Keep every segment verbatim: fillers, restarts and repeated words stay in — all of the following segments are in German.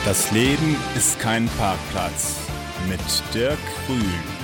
Das Leben ist kein Parkplatz mit Dirk Grün.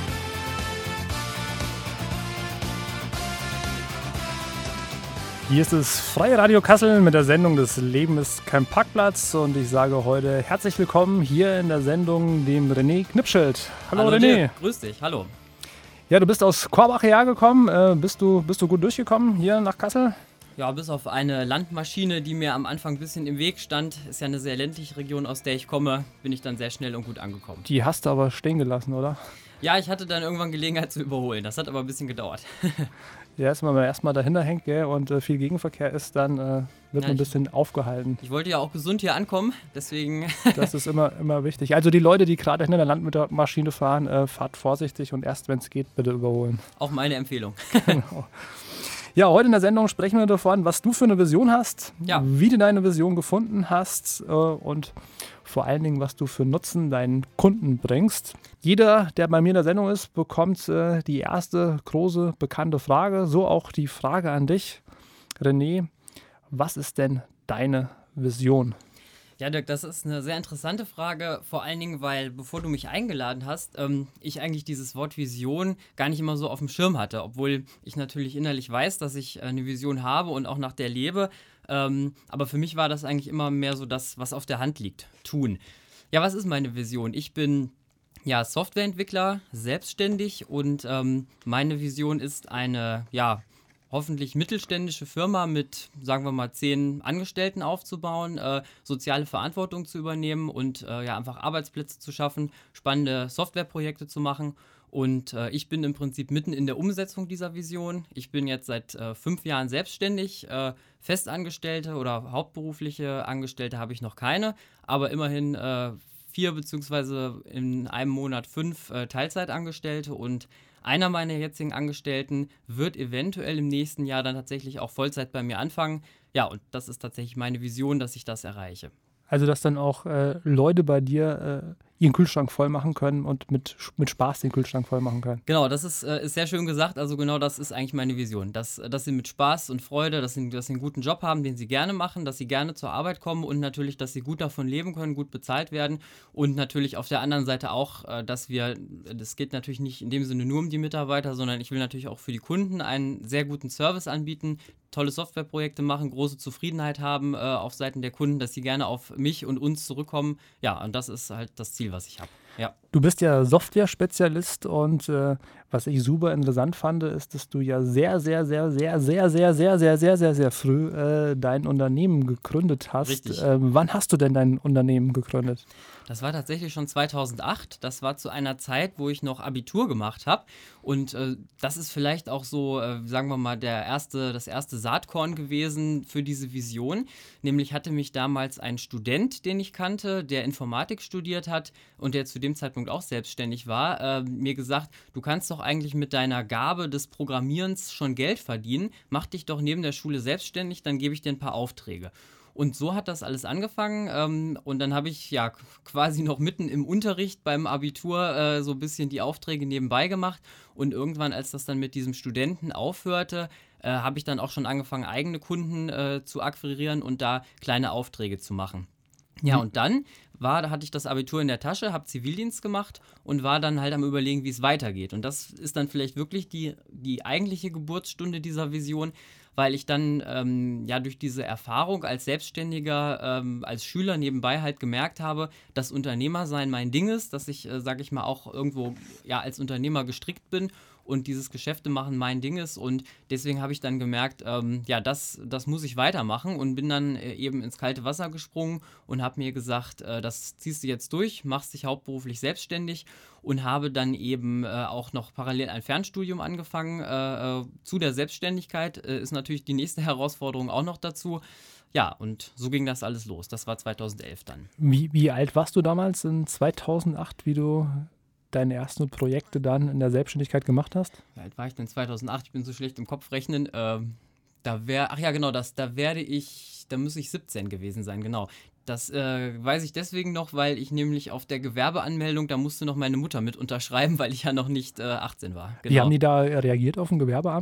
Hier ist das Freie Radio Kassel mit der Sendung Das Leben ist kein Parkplatz und ich sage heute herzlich willkommen hier in der Sendung dem René Knipschild. Hallo, hallo René. Dirk, grüß dich, hallo. Ja, du bist aus Korbach hergekommen. Äh, bist du, bist du gut durchgekommen hier nach Kassel? Ja, bis auf eine Landmaschine, die mir am Anfang ein bisschen im Weg stand, ist ja eine sehr ländliche Region, aus der ich komme, bin ich dann sehr schnell und gut angekommen. Die hast du aber stehen gelassen, oder? Ja, ich hatte dann irgendwann Gelegenheit zu überholen, das hat aber ein bisschen gedauert. Ja, erst wenn man erstmal dahinter hängt, gell, und äh, viel Gegenverkehr ist, dann äh, wird ja, man ein bisschen ich, aufgehalten. Ich wollte ja auch gesund hier ankommen, deswegen... Das ist immer, immer wichtig. Also die Leute, die gerade hinter der Landmaschine fahren, äh, fahrt vorsichtig und erst, wenn es geht, bitte überholen. Auch meine Empfehlung. Genau. Ja, heute in der Sendung sprechen wir davon, was du für eine Vision hast, ja. wie du deine Vision gefunden hast äh, und vor allen Dingen, was du für Nutzen deinen Kunden bringst. Jeder, der bei mir in der Sendung ist, bekommt äh, die erste große bekannte Frage, so auch die Frage an dich, René, was ist denn deine Vision? Ja, Dirk, das ist eine sehr interessante Frage, vor allen Dingen, weil, bevor du mich eingeladen hast, ähm, ich eigentlich dieses Wort Vision gar nicht immer so auf dem Schirm hatte, obwohl ich natürlich innerlich weiß, dass ich eine Vision habe und auch nach der lebe, ähm, aber für mich war das eigentlich immer mehr so das, was auf der Hand liegt, tun. Ja, was ist meine Vision? Ich bin ja Softwareentwickler, selbstständig und ähm, meine Vision ist eine, ja, hoffentlich mittelständische Firma mit, sagen wir mal, zehn Angestellten aufzubauen, äh, soziale Verantwortung zu übernehmen und äh, ja, einfach Arbeitsplätze zu schaffen, spannende Softwareprojekte zu machen. Und äh, ich bin im Prinzip mitten in der Umsetzung dieser Vision. Ich bin jetzt seit äh, fünf Jahren selbstständig. Äh, Festangestellte oder hauptberufliche Angestellte habe ich noch keine, aber immerhin äh, vier beziehungsweise in einem Monat fünf äh, Teilzeitangestellte und einer meiner jetzigen Angestellten wird eventuell im nächsten Jahr dann tatsächlich auch Vollzeit bei mir anfangen. Ja, und das ist tatsächlich meine Vision, dass ich das erreiche. Also, dass dann auch äh, Leute bei dir äh, ihren Kühlschrank voll machen können und mit, mit Spaß den Kühlschrank voll machen können. Genau, das ist, äh, ist sehr schön gesagt. Also genau das ist eigentlich meine Vision. Dass, dass sie mit Spaß und Freude, dass sie, dass sie einen guten Job haben, den sie gerne machen, dass sie gerne zur Arbeit kommen und natürlich, dass sie gut davon leben können, gut bezahlt werden. Und natürlich auf der anderen Seite auch, äh, dass wir, das geht natürlich nicht in dem Sinne nur um die Mitarbeiter, sondern ich will natürlich auch für die Kunden einen sehr guten Service anbieten, tolle Softwareprojekte machen, große Zufriedenheit haben äh, auf Seiten der Kunden, dass sie gerne auf mich und uns zurückkommen. Ja, und das ist halt das Ziel, was ich habe. Ja. Du bist ja Software-Spezialist und äh, was ich super interessant fand, ist, dass du ja sehr, sehr, sehr, sehr, sehr, sehr, sehr, sehr, sehr, sehr, sehr früh äh, dein Unternehmen gegründet hast. Richtig. Ähm, wann hast du denn dein Unternehmen gegründet? Das war tatsächlich schon zweitausendacht. Das war zu einer Zeit, wo ich noch Abitur gemacht habe. Und äh, das ist vielleicht auch so, äh, sagen wir mal, der erste, das erste Saatkorn gewesen für diese Vision. Nämlich hatte mich damals ein Student, den ich kannte, der Informatik studiert hat und der zu dem Zeitpunkt auch selbstständig war, äh, mir gesagt, du kannst doch eigentlich mit deiner Gabe des Programmierens schon Geld verdienen. Mach dich doch neben der Schule selbstständig, dann gebe ich dir ein paar Aufträge. Und so hat das alles angefangen ähm, und dann habe ich ja quasi noch mitten im Unterricht beim Abitur äh, so ein bisschen die Aufträge nebenbei gemacht und irgendwann, als das dann mit diesem Studenten aufhörte, äh, habe ich dann auch schon angefangen, eigene Kunden äh, zu akquirieren und da kleine Aufträge zu machen. Ja, und dann war, da hatte ich das Abitur in der Tasche, habe Zivildienst gemacht und war dann halt am Überlegen, wie es weitergeht. Und das ist dann vielleicht wirklich die, die eigentliche Geburtsstunde dieser Vision, weil ich dann ähm, ja durch diese Erfahrung als Selbstständiger, ähm, als Schüler nebenbei halt gemerkt habe, dass Unternehmersein mein Ding ist, dass ich, äh, sage ich mal, auch irgendwo ja als Unternehmer gestrickt bin und dieses Geschäfte machen mein Ding ist und deswegen habe ich dann gemerkt, ähm, ja, das, das muss ich weitermachen und bin dann äh, eben ins kalte Wasser gesprungen und habe mir gesagt, äh, das ziehst du jetzt durch, machst dich hauptberuflich selbstständig und habe dann eben äh, auch noch parallel ein Fernstudium angefangen. Äh, äh, zu der Selbstständigkeit äh, ist natürlich die nächste Herausforderung auch noch dazu. Ja, und so ging das alles los. Das war zweitausendelf dann. Wie, wie alt warst du damals in zweitausendacht, wie du deine ersten Projekte dann in der Selbstständigkeit gemacht hast? Wie alt war ich denn zweitausendacht? Ich bin so schlecht im Kopf rechnen. Ähm, da wäre, ach ja genau, das, da werde ich, da muss ich siebzehn gewesen sein, genau. Das äh, weiß ich deswegen noch, weil ich nämlich auf der Gewerbeanmeldung, da musste noch meine Mutter mit unterschreiben, weil ich ja noch nicht äh, achtzehn war. Genau. Wie haben die da reagiert auf ein Gewerbeamt?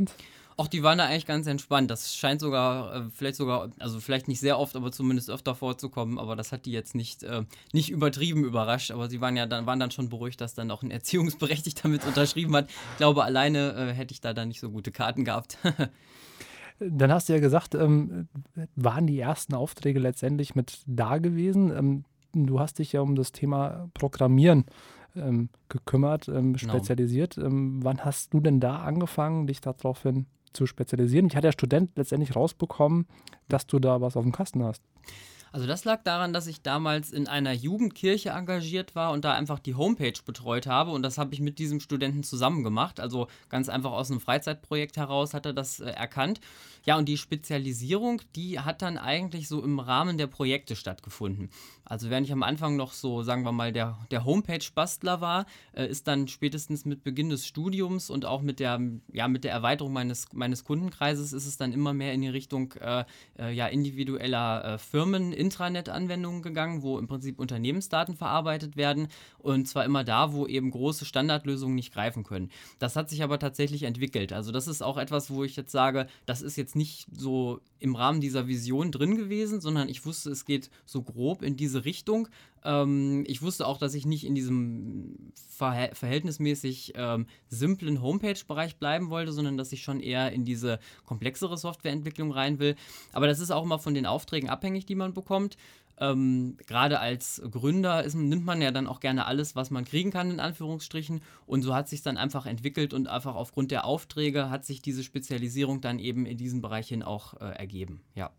Auch die waren da eigentlich ganz entspannt. Das scheint sogar, äh, vielleicht sogar, also vielleicht nicht sehr oft, aber zumindest öfter vorzukommen. Aber das hat die jetzt nicht, äh, nicht übertrieben überrascht. Aber sie waren ja dann, waren dann schon beruhigt, dass dann auch ein Erziehungsberechtigter mit unterschrieben hat. Ich glaube, alleine äh, hätte ich da dann nicht so gute Karten gehabt. Dann hast du ja gesagt, ähm, waren die ersten Aufträge letztendlich mit da gewesen. Ähm, du hast dich ja um das Thema Programmieren ähm, gekümmert, ähm, Genau. spezialisiert. Ähm, wann hast du denn da angefangen, dich daraufhin zu spezialisieren? Ich hatte ja Student letztendlich rausbekommen, dass du da was auf dem Kasten hast. Also das lag daran, dass ich damals in einer Jugendkirche engagiert war und da einfach die Homepage betreut habe und das habe ich mit diesem Studenten zusammen gemacht, also ganz einfach aus einem Freizeitprojekt heraus hat er das äh, erkannt. Ja, und die Spezialisierung, die hat dann eigentlich so im Rahmen der Projekte stattgefunden. Also während ich am Anfang noch so, sagen wir mal, der, der Homepage-Bastler war, äh, ist dann spätestens mit Beginn des Studiums und auch mit der, ja, mit der Erweiterung meines, meines Kundenkreises ist es dann immer mehr in die Richtung äh, äh, ja, individueller äh, Firmen, Intranet-Anwendungen gegangen, wo im Prinzip Unternehmensdaten verarbeitet werden und zwar immer da, wo eben große Standardlösungen nicht greifen können. Das hat sich aber tatsächlich entwickelt. Also das ist auch etwas, wo ich jetzt sage, das ist jetzt nicht so im Rahmen dieser Vision drin gewesen, sondern ich wusste, es geht so grob in diese Richtung. Ähm, ich wusste auch, dass ich nicht in diesem verhält- verhältnismäßig ähm, simplen Homepage-Bereich bleiben wollte, sondern dass ich schon eher in diese komplexere Softwareentwicklung rein will. Aber das ist auch immer von den Aufträgen abhängig, die man bekommt. Ähm, gerade als Gründer ist, nimmt man ja dann auch gerne alles, was man kriegen kann, in Anführungsstrichen. Und so hat sich dann einfach entwickelt und einfach aufgrund der Aufträge hat sich diese Spezialisierung dann eben in diesen Bereich hin auch äh, ergeben. Ja.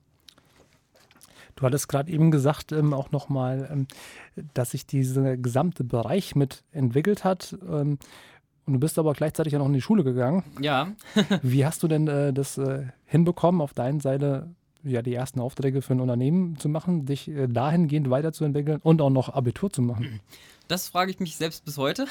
Du hattest gerade eben gesagt, ähm, auch nochmal, ähm, dass sich dieser gesamte Bereich mit entwickelt hat. Ähm, und du bist aber gleichzeitig ja noch in die Schule gegangen. Ja. Wie hast du denn äh, das äh, hinbekommen, auf deiner Seite ja, die ersten Aufträge für ein Unternehmen zu machen, dich äh, dahingehend weiterzuentwickeln und auch noch Abitur zu machen? Das frage ich mich selbst bis heute.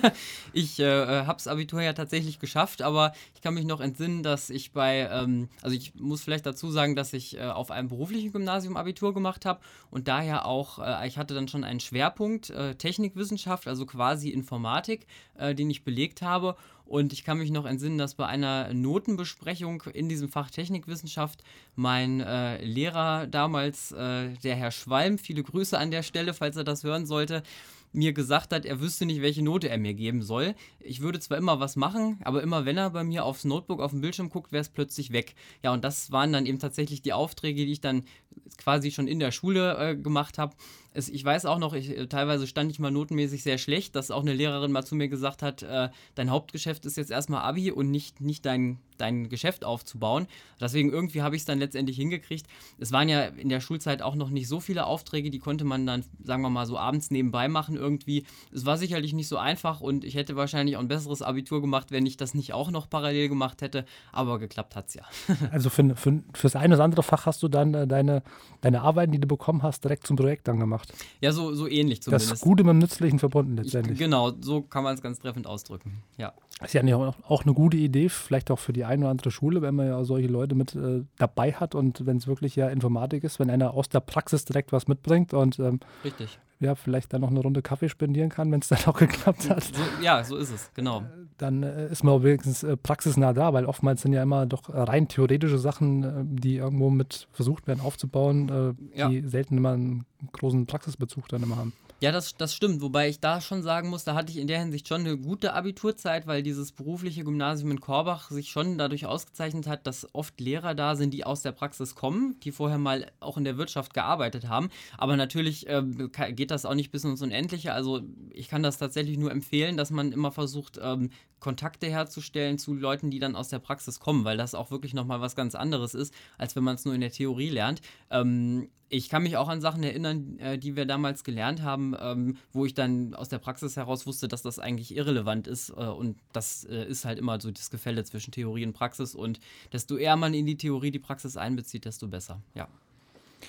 ich äh, habe das Abitur ja tatsächlich geschafft, aber ich kann mich noch entsinnen, dass ich bei, ähm, also ich muss vielleicht dazu sagen, dass ich äh, auf einem beruflichen Gymnasium Abitur gemacht habe und daher auch, äh, ich hatte dann schon einen Schwerpunkt, äh, Technikwissenschaft, also quasi Informatik, äh, den ich belegt habe. Und ich kann mich noch entsinnen, dass bei einer Notenbesprechung in diesem Fach Technikwissenschaft mein äh, Lehrer damals, äh, der Herr Schwalm, viele Grüße an der Stelle, falls er das hören sollte, mir gesagt hat, er wüsste nicht, welche Note er mir geben soll. Ich würde zwar immer was machen, aber immer wenn er bei mir aufs Notebook auf den Bildschirm guckt, wäre es plötzlich weg. Ja, und das waren dann eben tatsächlich die Aufträge, die ich dann quasi schon in der Schule äh, gemacht habe. Es, ich weiß auch noch, ich, äh, teilweise stand ich mal notenmäßig sehr schlecht, dass auch eine Lehrerin mal zu mir gesagt hat, äh, dein Hauptgeschäft ist jetzt erstmal Abi und nicht, nicht dein, dein Geschäft aufzubauen. Deswegen irgendwie habe ich es dann letztendlich hingekriegt. Es waren ja in der Schulzeit auch noch nicht so viele Aufträge, die konnte man dann, sagen wir mal, so abends nebenbei machen irgendwie. Es war sicherlich nicht so einfach und ich hätte wahrscheinlich auch ein besseres Abitur gemacht, wenn ich das nicht auch noch parallel gemacht hätte, aber geklappt hat es ja. Also für, für, fürs eine oder andere Fach hast du dann äh, deine, deine Arbeiten, die du bekommen hast, direkt zum Projekt dann gemacht. Ja, so, so ähnlich zumindest. Das Gute mit dem Nützlichen verbunden letztendlich. Ich, genau, so kann man es ganz treffend ausdrücken, ja. Das ist ja auch, auch eine gute Idee, vielleicht auch für die eine oder andere Schule, wenn man ja solche Leute mit äh, dabei hat und wenn es wirklich ja Informatik ist, wenn einer aus der Praxis direkt was mitbringt und ähm, Richtig. ja, vielleicht dann noch eine Runde Kaffee spendieren kann, wenn es dann auch geklappt hat. So, ja, so ist es, genau. Dann äh, ist man auch wenigstens äh, praxisnah da, weil oftmals sind ja immer doch rein theoretische Sachen, äh, die irgendwo mit versucht werden aufzubauen, äh, Ja. die selten immer einen großen Praxisbezug dann immer haben. Ja, das, das stimmt, wobei ich da schon sagen muss, da hatte ich in der Hinsicht schon eine gute Abiturzeit, weil dieses berufliche Gymnasium in Korbach sich schon dadurch ausgezeichnet hat, dass oft Lehrer da sind, die aus der Praxis kommen, die vorher mal auch in der Wirtschaft gearbeitet haben. Aber natürlich ähm, ka- geht das auch nicht bis ins Unendliche. Also ich kann das tatsächlich nur empfehlen, dass man immer versucht, ähm, Kontakte herzustellen zu Leuten, die dann aus der Praxis kommen, weil das auch wirklich nochmal was ganz anderes ist, als wenn man es nur in der Theorie lernt. Ähm, ich kann mich auch an Sachen erinnern, äh, die wir damals gelernt haben, ähm, wo ich dann aus der Praxis heraus wusste, dass das eigentlich irrelevant ist. Äh, und das äh, ist halt immer so das Gefälle zwischen Theorie und Praxis. Und desto eher man in die Theorie die Praxis einbezieht, desto besser. Ja.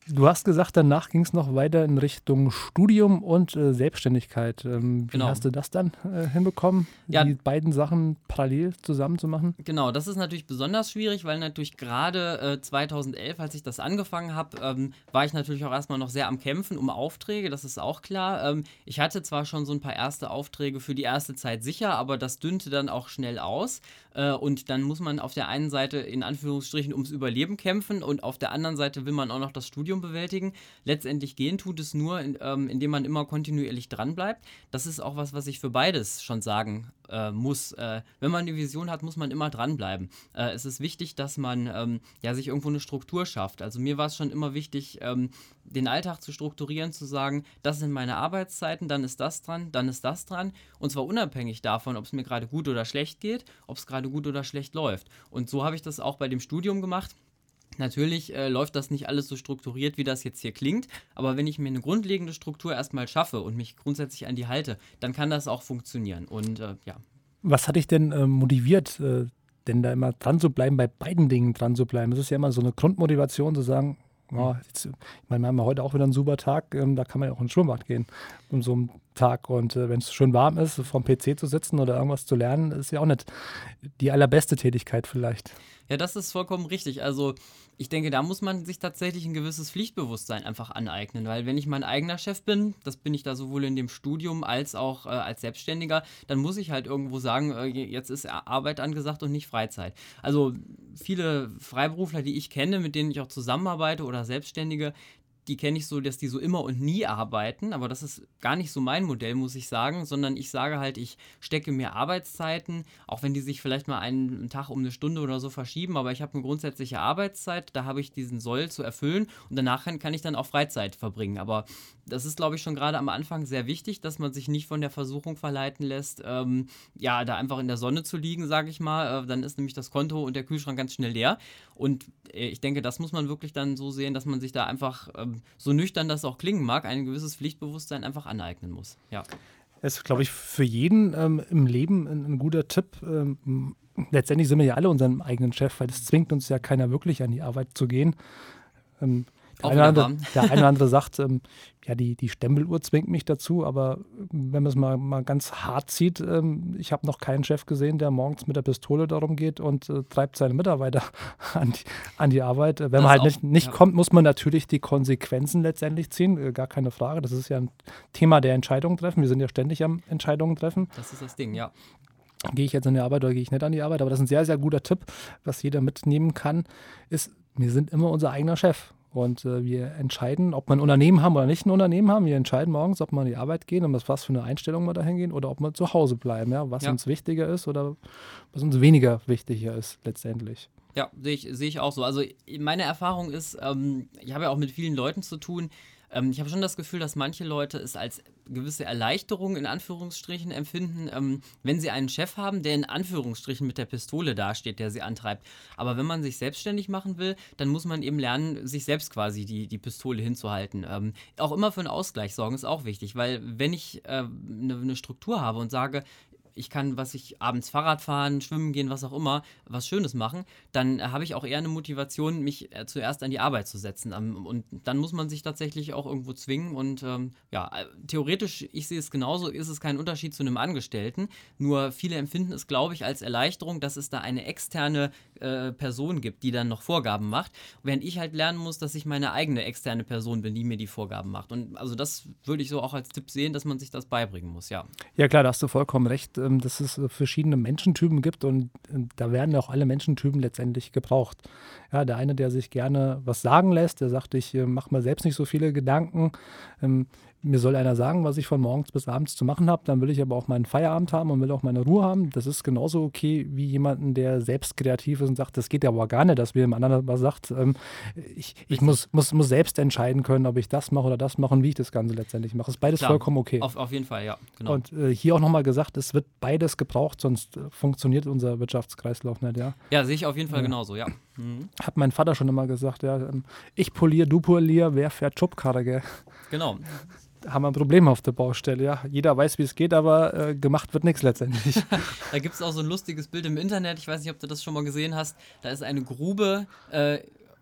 Du hast gesagt, danach ging es noch weiter in Richtung Studium und äh, Selbstständigkeit. Ähm, wie Genau. hast du das dann äh, hinbekommen, Ja. die beiden Sachen parallel zusammen zu machen? Genau, das ist natürlich besonders schwierig, weil natürlich gerade äh, zweitausendelf, als ich das angefangen habe, ähm, war ich natürlich auch erstmal noch sehr am Kämpfen um Aufträge, das ist auch klar. Ähm, ich hatte zwar schon so ein paar erste Aufträge für die erste Zeit sicher, aber das dünnte dann auch schnell aus. Äh, und dann muss man auf der einen Seite in Anführungsstrichen ums Überleben kämpfen und auf der anderen Seite will man auch noch das Studium bewältigen. Letztendlich gehen tut es nur, in, ähm, indem man immer kontinuierlich dranbleibt. Das ist auch was, was ich für beides schon sagen äh, muss. Äh, wenn man eine Vision hat, muss man immer dranbleiben. Äh, es ist wichtig, dass man ähm, ja, sich irgendwo eine Struktur schafft. Also mir war es schon immer wichtig, ähm, den Alltag zu strukturieren, zu sagen, das sind meine Arbeitszeiten, dann ist das dran, dann ist das dran. Und zwar unabhängig davon, ob es mir gerade gut oder schlecht geht, ob es gerade gut oder schlecht läuft. Und so habe ich das auch bei dem Studium gemacht. Natürlich äh, läuft das nicht alles so strukturiert, wie das jetzt hier klingt, aber wenn ich mir eine grundlegende Struktur erstmal schaffe und mich grundsätzlich an die halte, dann kann das auch funktionieren. Und äh, ja. Was hat dich denn äh, motiviert, äh, denn da immer dran zu bleiben, bei beiden Dingen dran zu bleiben? Das ist ja immer so eine Grundmotivation, zu sagen, oh, jetzt, ich meine, wir haben ja heute auch wieder einen super Tag, ähm, da kann man ja auch ins Schwimmbad gehen um so einen Tag. Und äh, wenn es schön warm ist, vorm P C zu sitzen oder irgendwas zu lernen, ist ja auch nicht die allerbeste Tätigkeit vielleicht. Ja, das ist vollkommen richtig. Also ich denke, da muss man sich tatsächlich ein gewisses Pflichtbewusstsein einfach aneignen, weil wenn ich mein eigener Chef bin, das bin ich da sowohl in dem Studium als auch äh, als Selbstständiger, dann muss ich halt irgendwo sagen, äh, jetzt ist Arbeit angesagt und nicht Freizeit. Also viele Freiberufler, die ich kenne, mit denen ich auch zusammenarbeite oder Selbstständige, die kenne ich so, dass die so immer und nie arbeiten, aber das ist gar nicht so mein Modell, muss ich sagen, sondern ich sage halt, ich stecke mir Arbeitszeiten, auch wenn die sich vielleicht mal einen Tag um eine Stunde oder so verschieben, aber ich habe eine grundsätzliche Arbeitszeit, da habe ich diesen Soll zu erfüllen und danach kann, kann ich dann auch Freizeit verbringen, aber das ist, glaube ich, schon gerade am Anfang sehr wichtig, dass man sich nicht von der Versuchung verleiten lässt, ähm, ja, da einfach in der Sonne zu liegen, sage ich mal, äh, dann ist nämlich das Konto und der Kühlschrank ganz schnell leer und äh, ich denke, das muss man wirklich dann so sehen, dass man sich da einfach ähm, so nüchtern das auch klingen mag, ein gewisses Pflichtbewusstsein einfach aneignen muss. Ja. Das ist, glaube ich, für jeden ähm, im Leben ein, ein guter Tipp. Ähm, letztendlich sind wir ja alle unseren eigenen Chef, weil das zwingt uns ja keiner wirklich an die Arbeit zu gehen. Ähm, der, eine andere, der eine oder andere sagt, ähm, ja, die, die Stempeluhr zwingt mich dazu, aber wenn man es mal, mal ganz hart sieht, ähm, ich habe noch keinen Chef gesehen, der morgens mit der Pistole darum geht und äh, treibt seine Mitarbeiter an die, an die Arbeit. Wenn das man halt auch, nicht, nicht ja. kommt, muss man natürlich die Konsequenzen letztendlich ziehen, äh, gar keine Frage. Das ist ja ein Thema der Entscheidungen treffen. Wir sind ja ständig am Entscheidungen treffen. Das ist das Ding, ja. Gehe ich jetzt an die Arbeit oder gehe ich nicht an die Arbeit? Aber das ist ein sehr, sehr guter Tipp, was jeder mitnehmen kann, ist, wir sind immer unser eigener Chef. Und äh, wir entscheiden, ob wir ein Unternehmen haben oder nicht ein Unternehmen haben. Wir entscheiden morgens, ob wir an die Arbeit gehen und was für eine Einstellung wir dahin gehen oder ob wir zu Hause bleiben, ja? Was ja. uns wichtiger ist oder was uns weniger wichtiger ist letztendlich. Ja, sehe ich, sehe ich auch so. Also meine Erfahrung ist, ähm, ich habe ja auch mit vielen Leuten zu tun, ähm, ich habe schon das Gefühl, dass manche Leute es als gewisse Erleichterung in Anführungsstrichen empfinden, ähm, wenn sie einen Chef haben, der in Anführungsstrichen mit der Pistole dasteht, der sie antreibt. Aber wenn man sich selbstständig machen will, dann muss man eben lernen, sich selbst quasi die, die Pistole hinzuhalten. Ähm, auch immer für einen Ausgleich sorgen ist auch wichtig, weil wenn ich äh, eine, eine Struktur habe und sage, ich kann, was ich abends Fahrrad fahren, schwimmen gehen, was auch immer, was Schönes machen, dann äh, habe ich auch eher eine Motivation, mich äh, zuerst an die Arbeit zu setzen. Ähm, und dann muss man sich tatsächlich auch irgendwo zwingen. Und ähm, ja, äh, theoretisch, ich sehe es genauso, ist es kein Unterschied zu einem Angestellten. Nur viele empfinden es, glaube ich, als Erleichterung, dass es da eine externe äh, Person gibt, die dann noch Vorgaben macht. Während ich halt lernen muss, dass ich meine eigene externe Person bin, die mir die Vorgaben macht. Und also das würde ich so auch als Tipp sehen, dass man sich das beibringen muss, ja. Ja klar, da hast du vollkommen recht, dass es verschiedene Menschentypen gibt und da werden ja auch alle Menschentypen letztendlich gebraucht. Ja, der eine, der sich gerne was sagen lässt, der sagt, ich mache mir selbst nicht so viele Gedanken, ähm, mir soll einer sagen, was ich von morgens bis abends zu machen habe, dann will ich aber auch meinen Feierabend haben und will auch meine Ruhe haben. Das ist genauso okay wie jemanden, der selbst kreativ ist und sagt, das geht ja aber gar nicht, dass mir jemand anderes was sagt. Ähm, ich ich muss, muss, muss selbst entscheiden können, ob ich das mache oder das mache und wie ich das Ganze letztendlich mache. Das ist beides Klar, vollkommen okay. Auf, auf jeden Fall, ja. Genau. Und äh, hier auch nochmal gesagt, es wird beides gebraucht, sonst äh, funktioniert unser Wirtschaftskreislauf nicht, ja. Ja, sehe ich auf jeden Fall ja. genauso, ja. Mhm. Hat mein Vater schon immer gesagt, ja, ich poliere, du polier, wer fährt Schubkarre, gell? Genau. Haben wir ein Problem auf der Baustelle, ja. Jeder weiß, wie es geht, aber äh, gemacht wird nichts letztendlich. Da gibt es auch so ein lustiges Bild im Internet, ich weiß nicht, ob du das schon mal gesehen hast, da ist eine Grube, äh,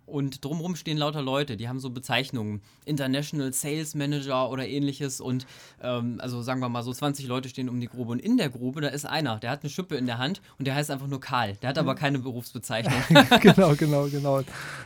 und drumherum stehen lauter Leute, die haben so Bezeichnungen, International Sales Manager oder ähnliches und ähm, also sagen wir mal so zwanzig Leute stehen um die Grube und in der Grube, da ist einer, der hat eine Schippe in der Hand und der heißt einfach nur Karl, der hat aber keine Berufsbezeichnung. Genau, genau, genau.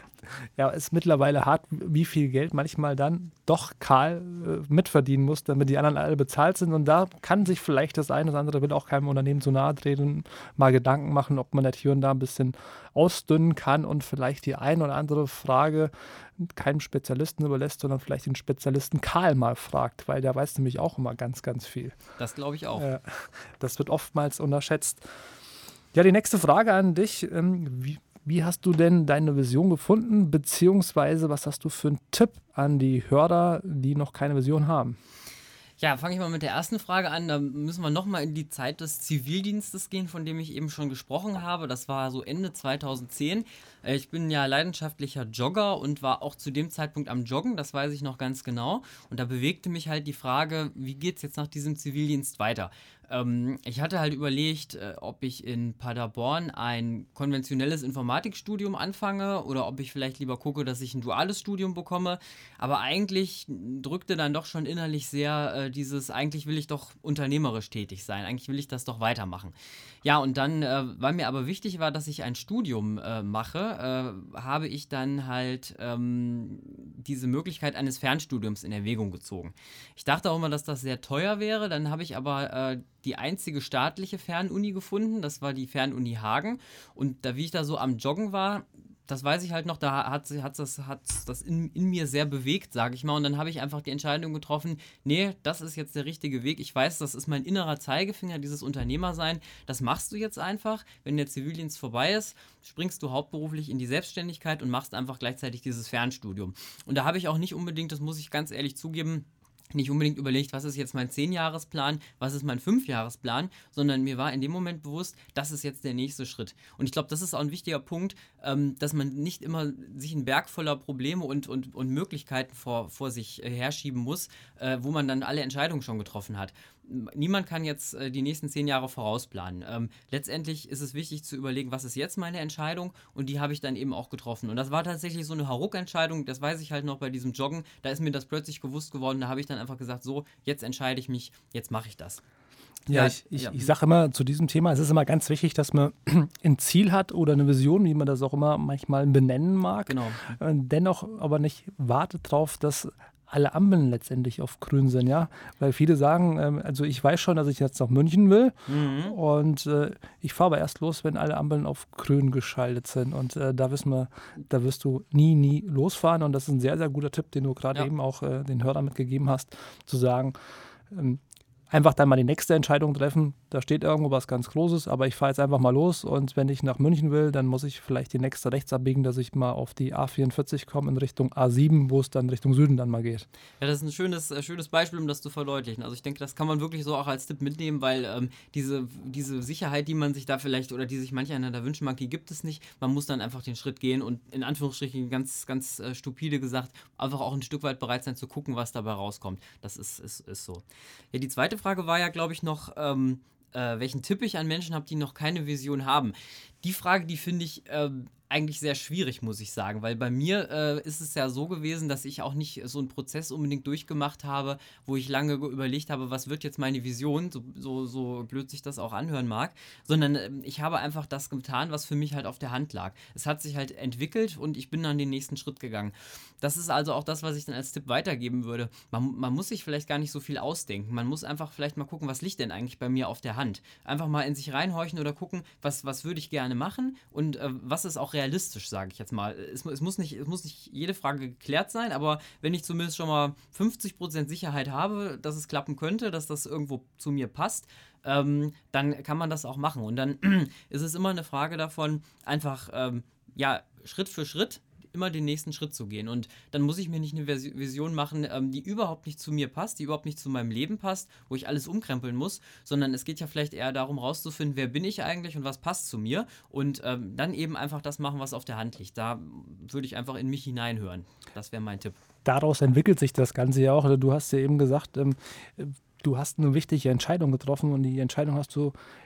Ja, ist mittlerweile hart, wie viel Geld manchmal dann doch Karl äh, mitverdienen muss, damit die anderen alle bezahlt sind. Und da kann sich vielleicht das eine oder andere, will auch keinem Unternehmen zu nahe treten, mal Gedanken machen, ob man das hier und da ein bisschen ausdünnen kann und vielleicht die ein oder andere Frage keinem Spezialisten überlässt, sondern vielleicht den Spezialisten Karl mal fragt, weil der weiß nämlich auch immer ganz, ganz viel. Das glaube ich auch. Äh, das wird oftmals unterschätzt. Ja, die nächste Frage an dich. Ähm, wie Wie hast du denn deine Vision gefunden, beziehungsweise was hast du für einen Tipp an die Hörer, die noch keine Vision haben? Ja, fange ich mal mit der ersten Frage an. Da müssen wir nochmal in die Zeit des Zivildienstes gehen, von dem ich eben schon gesprochen habe. Das war so Ende zweitausendzehn. Äh, Ich bin ja leidenschaftlicher Jogger und war auch zu dem Zeitpunkt am Joggen, das weiß ich noch ganz genau. Und da bewegte mich halt die Frage, wie geht es jetzt nach diesem Zivildienst weiter? Ähm, ich hatte halt überlegt, äh, ob ich in Paderborn ein konventionelles Informatikstudium anfange oder ob ich vielleicht lieber gucke, dass ich ein duales Studium bekomme. Aber eigentlich drückte dann doch schon innerlich sehr äh, dieses, eigentlich will ich doch unternehmerisch tätig sein, eigentlich will ich das doch weitermachen. Ja, und dann, äh, weil mir aber wichtig war, dass ich ein Studium äh, mache, äh, habe ich dann halt ähm, diese Möglichkeit eines Fernstudiums in Erwägung gezogen. Ich dachte auch immer, dass das sehr teuer wäre, dann habe ich aber äh, die einzige staatliche Fernuni gefunden, das war die Fernuni Hagen und da, wie ich da so am Joggen war, das weiß ich halt noch, da hat, hat das, hat das in, in mir sehr bewegt, sage ich mal. Und dann habe ich einfach die Entscheidung getroffen, nee, das ist jetzt der richtige Weg. Ich weiß, das ist mein innerer Zeigefinger, dieses Unternehmersein. Das machst du jetzt einfach. Wenn der Zivildienst vorbei ist, springst du hauptberuflich in die Selbstständigkeit und machst einfach gleichzeitig dieses Fernstudium. Und da habe ich auch nicht unbedingt, das muss ich ganz ehrlich zugeben, nicht unbedingt überlegt, was ist jetzt mein Zehn-Jahres-Plan, was ist mein Fünf-Jahres-Plan, sondern mir war in dem Moment bewusst, das ist jetzt der nächste Schritt. Und ich glaube, das ist auch ein wichtiger Punkt, ähm, dass man nicht immer sich einen Berg voller Probleme und, und, und Möglichkeiten vor, vor sich äh, herschieben muss, äh, wo man dann alle Entscheidungen schon getroffen hat. Niemand kann jetzt äh, die nächsten zehn Jahre vorausplanen. Ähm, letztendlich ist es wichtig zu überlegen, was ist jetzt meine Entscheidung und die habe ich dann eben auch getroffen. Und das war tatsächlich so eine Hauruck-Entscheidung, das weiß ich halt noch bei diesem Joggen, da ist mir das plötzlich bewusst geworden, da habe ich dann einfach gesagt, so, jetzt entscheide ich mich, jetzt mache ich das. Ja, Ja, ich, ich, ja. ich sage immer zu diesem Thema, es ist immer ganz wichtig, dass man ein Ziel hat oder eine Vision, wie man das auch immer manchmal benennen mag. Genau. Äh, Dennoch aber nicht wartet drauf, dass alle Ampeln letztendlich auf grün sind, ja. Weil viele sagen, ähm, also ich weiß schon, dass ich jetzt nach München will Mhm. und äh, ich fahre aber erst los, wenn alle Ampeln auf grün geschaltet sind. Und äh, da wissen wir, da wirst du nie, nie losfahren. Und das ist ein sehr, sehr guter Tipp, den du gerade Ja. eben auch äh, den Hörern mitgegeben hast, zu sagen, ähm, einfach dann mal die nächste Entscheidung treffen. Da steht irgendwo was ganz Großes, aber ich fahre jetzt einfach mal los und wenn ich nach München will, dann muss ich vielleicht die nächste rechts abbiegen, dass ich mal auf die A vierundvierzig komme in Richtung A sieben, wo es dann Richtung Süden dann mal geht. Ja, das ist ein schönes, äh, schönes Beispiel, um das zu verdeutlichen. Also ich denke, das kann man wirklich so auch als Tipp mitnehmen, weil ähm, diese, diese Sicherheit, die man sich da vielleicht oder die sich manch einer da wünschen mag, die gibt es nicht. Man muss dann einfach den Schritt gehen und in Anführungsstrichen ganz, ganz äh, stupide gesagt, einfach auch ein Stück weit bereit sein zu gucken, was dabei rauskommt. Das ist, ist, ist so. Ja, die zweite Frage war ja, glaube ich, noch, ähm, äh, welchen Tipp ich an Menschen habe, die noch keine Vision haben. Die Frage, die finde ich ähm, eigentlich sehr schwierig, muss ich sagen, weil bei mir äh, ist es ja so gewesen, dass ich auch nicht so einen Prozess unbedingt durchgemacht habe, wo ich lange ge- überlegt habe, was wird jetzt meine Vision, so, so, so blöd sich das auch anhören mag, sondern ähm, ich habe einfach das getan, was für mich halt auf der Hand lag. Es hat sich halt entwickelt und ich bin dann den nächsten Schritt gegangen. Das ist also auch das, was ich dann als Tipp weitergeben würde. Man, man muss sich vielleicht gar nicht so viel ausdenken. Man muss einfach vielleicht mal gucken, was liegt denn eigentlich bei mir auf der Hand. Einfach mal in sich reinhorchen oder gucken, was, was würde ich gerne machen und äh, was ist auch realistisch, sage ich jetzt mal. Es, es, muss nicht, es muss nicht jede Frage geklärt sein, aber wenn ich zumindest schon mal fünfzig Prozent Sicherheit habe, dass es klappen könnte, dass das irgendwo zu mir passt, ähm, dann kann man das auch machen. Und dann ist es immer eine Frage davon, einfach ähm, ja, Schritt für Schritt immer den nächsten Schritt zu gehen. Und dann muss ich mir nicht eine Vers- Vision machen, ähm, die überhaupt nicht zu mir passt, die überhaupt nicht zu meinem Leben passt, wo ich alles umkrempeln muss, sondern es geht ja vielleicht eher darum, rauszufinden, wer bin ich eigentlich und was passt zu mir und ähm, dann eben einfach das machen, was auf der Hand liegt. Da würde ich einfach in mich hineinhören. Das wäre mein Tipp. Daraus entwickelt sich das Ganze ja auch. Du hast ja eben gesagt, ähm, du hast eine wichtige Entscheidung getroffen und die Entscheidung hast du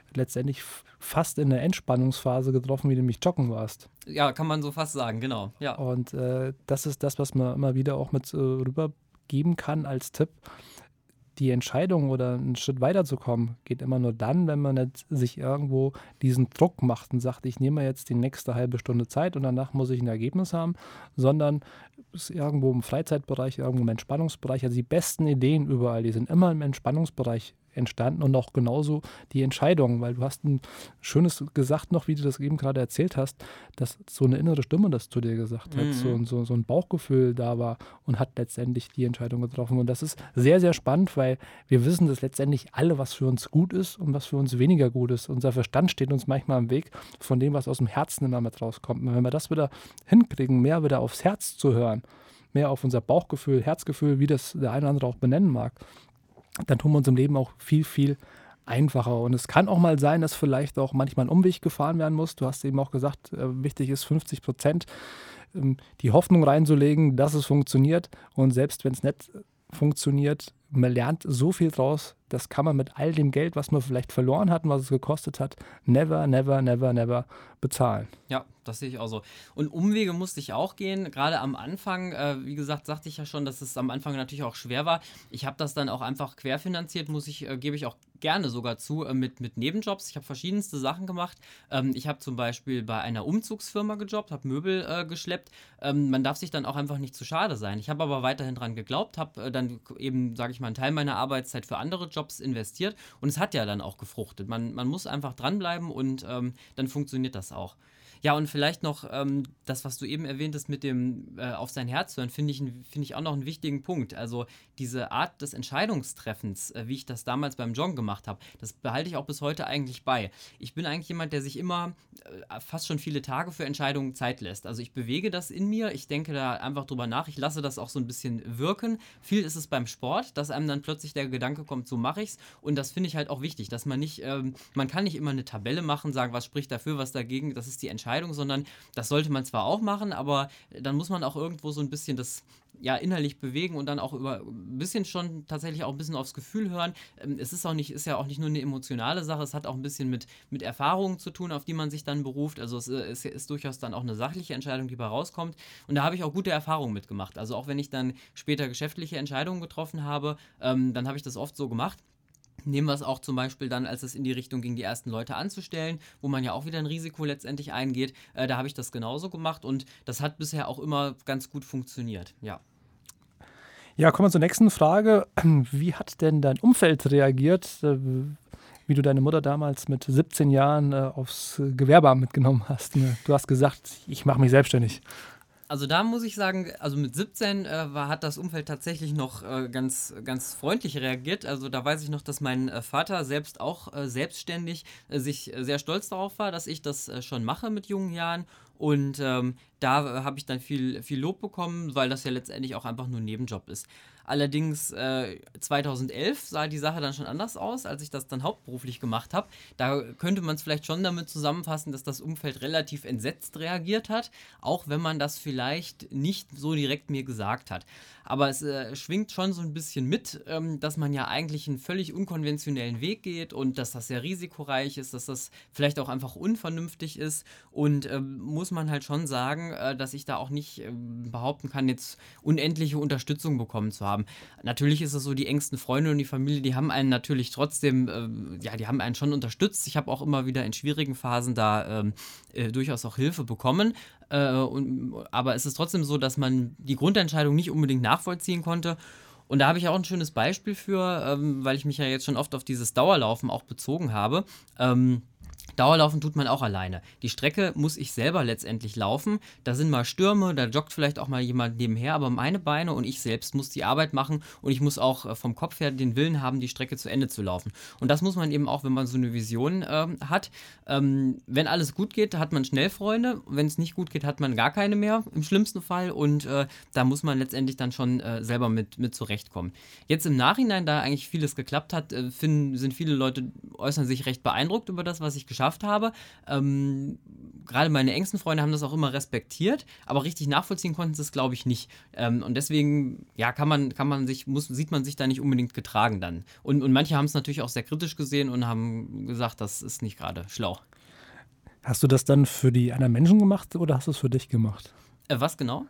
letztendlich f- fast in der Entspannungsphase getroffen, wie du nämlich joggen warst. Ja, kann man so fast sagen, genau. Ja. Und äh, das ist das, was man immer wieder auch mit äh, rübergeben kann als Tipp. Die Entscheidung oder einen Schritt weiterzukommen, geht immer nur dann, wenn man nicht sich irgendwo diesen Druck macht und sagt, ich nehme jetzt die nächste halbe Stunde Zeit und danach muss ich ein Ergebnis haben, sondern es ist irgendwo im Freizeitbereich, irgendwo im Entspannungsbereich. Also die besten Ideen überall, die sind immer im Entspannungsbereich entstanden und auch genauso die Entscheidungen, weil du hast ein schönes gesagt noch, wie du das eben gerade erzählt hast, dass so eine innere Stimme das zu dir gesagt hat, Mhm. so, so, so ein Bauchgefühl da war und hat letztendlich die Entscheidung getroffen. Und das ist sehr, sehr spannend, weil wir wissen das letztendlich alle, was für uns gut ist und was für uns weniger gut ist. Unser Verstand steht uns manchmal im Weg von dem, was aus dem Herzen immer mit rauskommt. Und wenn wir das wieder hinkriegen, mehr wieder aufs Herz zu hören, mehr auf unser Bauchgefühl, Herzgefühl, wie das der eine oder andere auch benennen mag, dann tun wir uns im Leben auch viel, viel einfacher. Und es kann auch mal sein, dass vielleicht auch manchmal ein Umweg gefahren werden muss. Du hast eben auch gesagt, äh, wichtig ist fünfzig Prozent ähm, die Hoffnung reinzulegen, dass es funktioniert. Und selbst wenn es nicht funktioniert, man lernt so viel draus, das kann man mit all dem Geld, was man vielleicht verloren hat und was es gekostet hat, never, never, never, never bezahlen. Ja, das sehe ich auch so. Und Umwege musste ich auch gehen, gerade am Anfang. Äh, wie gesagt, sagte ich ja schon, dass es am Anfang natürlich auch schwer war. Ich habe das dann auch einfach querfinanziert, muss ich, äh, gebe ich auch gerne sogar zu, äh, mit, mit Nebenjobs. Ich habe verschiedenste Sachen gemacht. Ähm, ich habe zum Beispiel bei einer Umzugsfirma gejobbt, habe Möbel äh, geschleppt. Ähm, man darf sich dann auch einfach nicht zu schade sein. Ich habe aber weiterhin dran geglaubt, habe äh, dann eben, sage ich mal, einen Teil meiner Arbeitszeit für andere Jobs investiert und es hat ja dann auch gefruchtet. Man, man muss einfach dranbleiben und ähm, dann funktioniert das auch. Ja, und vielleicht noch ähm, das, was du eben erwähntest mit dem äh, auf sein Herz hören, finde ich, ein- finde ich auch noch einen wichtigen Punkt. Also diese Art des Entscheidungstreffens, äh, wie ich das damals beim Joggen gemacht habe, das behalte ich auch bis heute eigentlich bei. Ich bin eigentlich jemand, der sich immer äh, fast schon viele Tage für Entscheidungen Zeit lässt. Also ich bewege das in mir, ich denke da einfach drüber nach, ich lasse das auch so ein bisschen wirken. Viel ist es beim Sport, dass einem dann plötzlich der Gedanke kommt, so mache ich's. Und das finde ich halt auch wichtig, dass man nicht, ähm, man kann nicht immer eine Tabelle machen, sagen, was spricht dafür, was dagegen, das ist die Entscheidung, sondern das sollte man zwar auch machen, aber dann muss man auch irgendwo so ein bisschen das ja innerlich bewegen und dann auch über ein bisschen schon tatsächlich auch ein bisschen aufs Gefühl hören. Ähm, Es ist auch nicht, ist ja auch nicht nur eine emotionale Sache, es hat auch ein bisschen mit, mit Erfahrungen zu tun, auf die man sich dann beruft. Also es äh, ist, ist durchaus dann auch eine sachliche Entscheidung, die bei rauskommt. Und da habe ich auch gute Erfahrungen mitgemacht. Also auch wenn ich dann später geschäftliche Entscheidungen getroffen habe, ähm, dann habe ich das oft so gemacht. Nehmen wir es auch zum Beispiel dann, als es in die Richtung ging, die ersten Leute anzustellen, wo man ja auch wieder ein Risiko letztendlich eingeht. Äh, da habe ich das genauso gemacht und das hat bisher auch immer ganz gut funktioniert. Ja. Ja, kommen wir zur nächsten Frage. Wie hat denn dein Umfeld reagiert, äh, wie du deine Mutter damals mit siebzehn Jahren äh, aufs Gewerbeamt mitgenommen hast? Ne? Du hast gesagt, ich mache mich selbstständig. Also da muss ich sagen, also mit siebzehn äh, war, hat das Umfeld tatsächlich noch äh, ganz, ganz freundlich reagiert. Also da weiß ich noch, dass mein äh, Vater selbst auch äh, selbstständig äh, sich äh, sehr stolz darauf war, dass ich das äh, schon mache mit jungen Jahren. Und ähm, da äh, habe ich dann viel, viel Lob bekommen, weil das ja letztendlich auch einfach nur ein Nebenjob ist. Allerdings äh, zweitausendelf sah die Sache dann schon anders aus, als ich das dann hauptberuflich gemacht habe. Da könnte man es vielleicht schon damit zusammenfassen, dass das Umfeld relativ entsetzt reagiert hat, auch wenn man das vielleicht nicht so direkt mir gesagt hat. Aber es äh, schwingt schon so ein bisschen mit, ähm, dass man ja eigentlich einen völlig unkonventionellen Weg geht und dass das sehr risikoreich ist, dass das vielleicht auch einfach unvernünftig ist und ähm, muss man halt schon sagen, äh, dass ich da auch nicht äh, behaupten kann, jetzt unendliche Unterstützung bekommen zu haben. Natürlich ist es so, die engsten Freunde und die Familie, die haben einen natürlich trotzdem, äh, ja, die haben einen schon unterstützt. Ich habe auch immer wieder in schwierigen Phasen da ähm, äh, durchaus auch Hilfe bekommen. Äh, und, aber es ist trotzdem so, dass man die Grundentscheidung nicht unbedingt nachvollziehen konnte. Und da habe ich auch ein schönes Beispiel für, ähm, weil ich mich ja jetzt schon oft auf dieses Dauerlaufen auch bezogen habe. Ähm, Dauerlaufen tut man auch alleine. Die Strecke muss ich selber letztendlich laufen. Da sind mal Stürme, da joggt vielleicht auch mal jemand nebenher, aber meine Beine und ich selbst muss die Arbeit machen und ich muss auch äh, vom Kopf her den Willen haben, die Strecke zu Ende zu laufen. Und das muss man eben auch, wenn man so eine Vision ähm, hat. Ähm, wenn alles gut geht, hat man schnell Freunde. Wenn es nicht gut geht, hat man gar keine mehr, im schlimmsten Fall. Und äh, da muss man letztendlich dann schon äh, selber mit, mit zurechtkommen. Jetzt im Nachhinein, da eigentlich vieles geklappt hat, äh, finden, sind viele Leute, äußern sich recht beeindruckt über das, was ich geschafft geschafft habe. Ähm, gerade meine engsten Freunde haben das auch immer respektiert, aber richtig nachvollziehen konnten sie es, glaube ich, nicht. Ähm, und deswegen, ja, kann man, kann man sich, muss, sieht man sich da nicht unbedingt getragen dann. Und, und manche haben es natürlich auch sehr kritisch gesehen und haben gesagt, das ist nicht gerade schlau. Hast du das dann für die anderen Menschen gemacht oder hast du es für dich gemacht? Äh, was genau?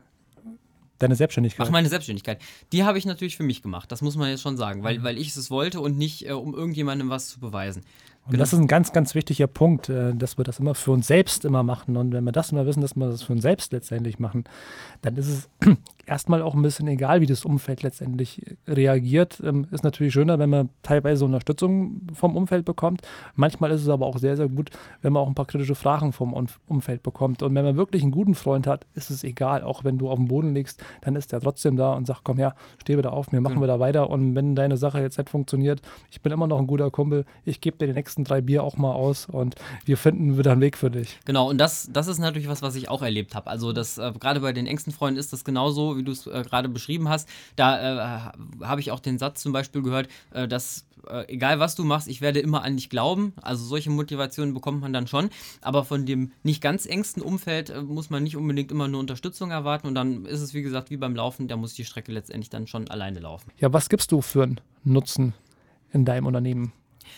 Deine Selbstständigkeit? Ach, meine Selbstständigkeit. Die habe ich natürlich für mich gemacht, das muss man jetzt schon sagen, weil, weil ich es wollte und nicht, äh, um irgendjemandem was zu beweisen. Und das ist ein ganz, ganz wichtiger Punkt, äh, dass wir das immer für uns selbst immer machen. Und wenn wir das immer wissen, dass wir das für uns selbst letztendlich machen, dann ist es erstmal auch ein bisschen egal, wie das Umfeld letztendlich reagiert. Ähm, ist natürlich schöner, wenn man teilweise Unterstützung vom Umfeld bekommt. Manchmal ist es aber auch sehr, sehr gut, wenn man auch ein paar kritische Fragen vom Umfeld bekommt. Und wenn man wirklich einen guten Freund hat, ist es egal. Auch wenn du auf dem Boden liegst, dann ist der trotzdem da und sagt, komm her, steh wieder auf, wir machen Mhm. wieder weiter. Und wenn deine Sache jetzt nicht funktioniert, ich bin immer noch ein guter Kumpel, ich gebe dir die nächsten drei Bier auch mal aus und wir finden wieder einen Weg für dich. Genau, und das, das ist natürlich was, was ich auch erlebt habe. Also das äh, gerade bei den engsten Freunden ist das genauso, wie du es äh, gerade beschrieben hast. Da äh, habe ich auch den Satz zum Beispiel gehört, äh, dass äh, egal was du machst, ich werde immer an dich glauben. Also solche Motivationen bekommt man dann schon. Aber von dem nicht ganz engsten Umfeld äh, muss man nicht unbedingt immer nur Unterstützung erwarten. Und dann ist es, wie gesagt, wie beim Laufen, da muss die Strecke letztendlich dann schon alleine laufen. Ja, was gibst du für einen Nutzen in deinem Unternehmen?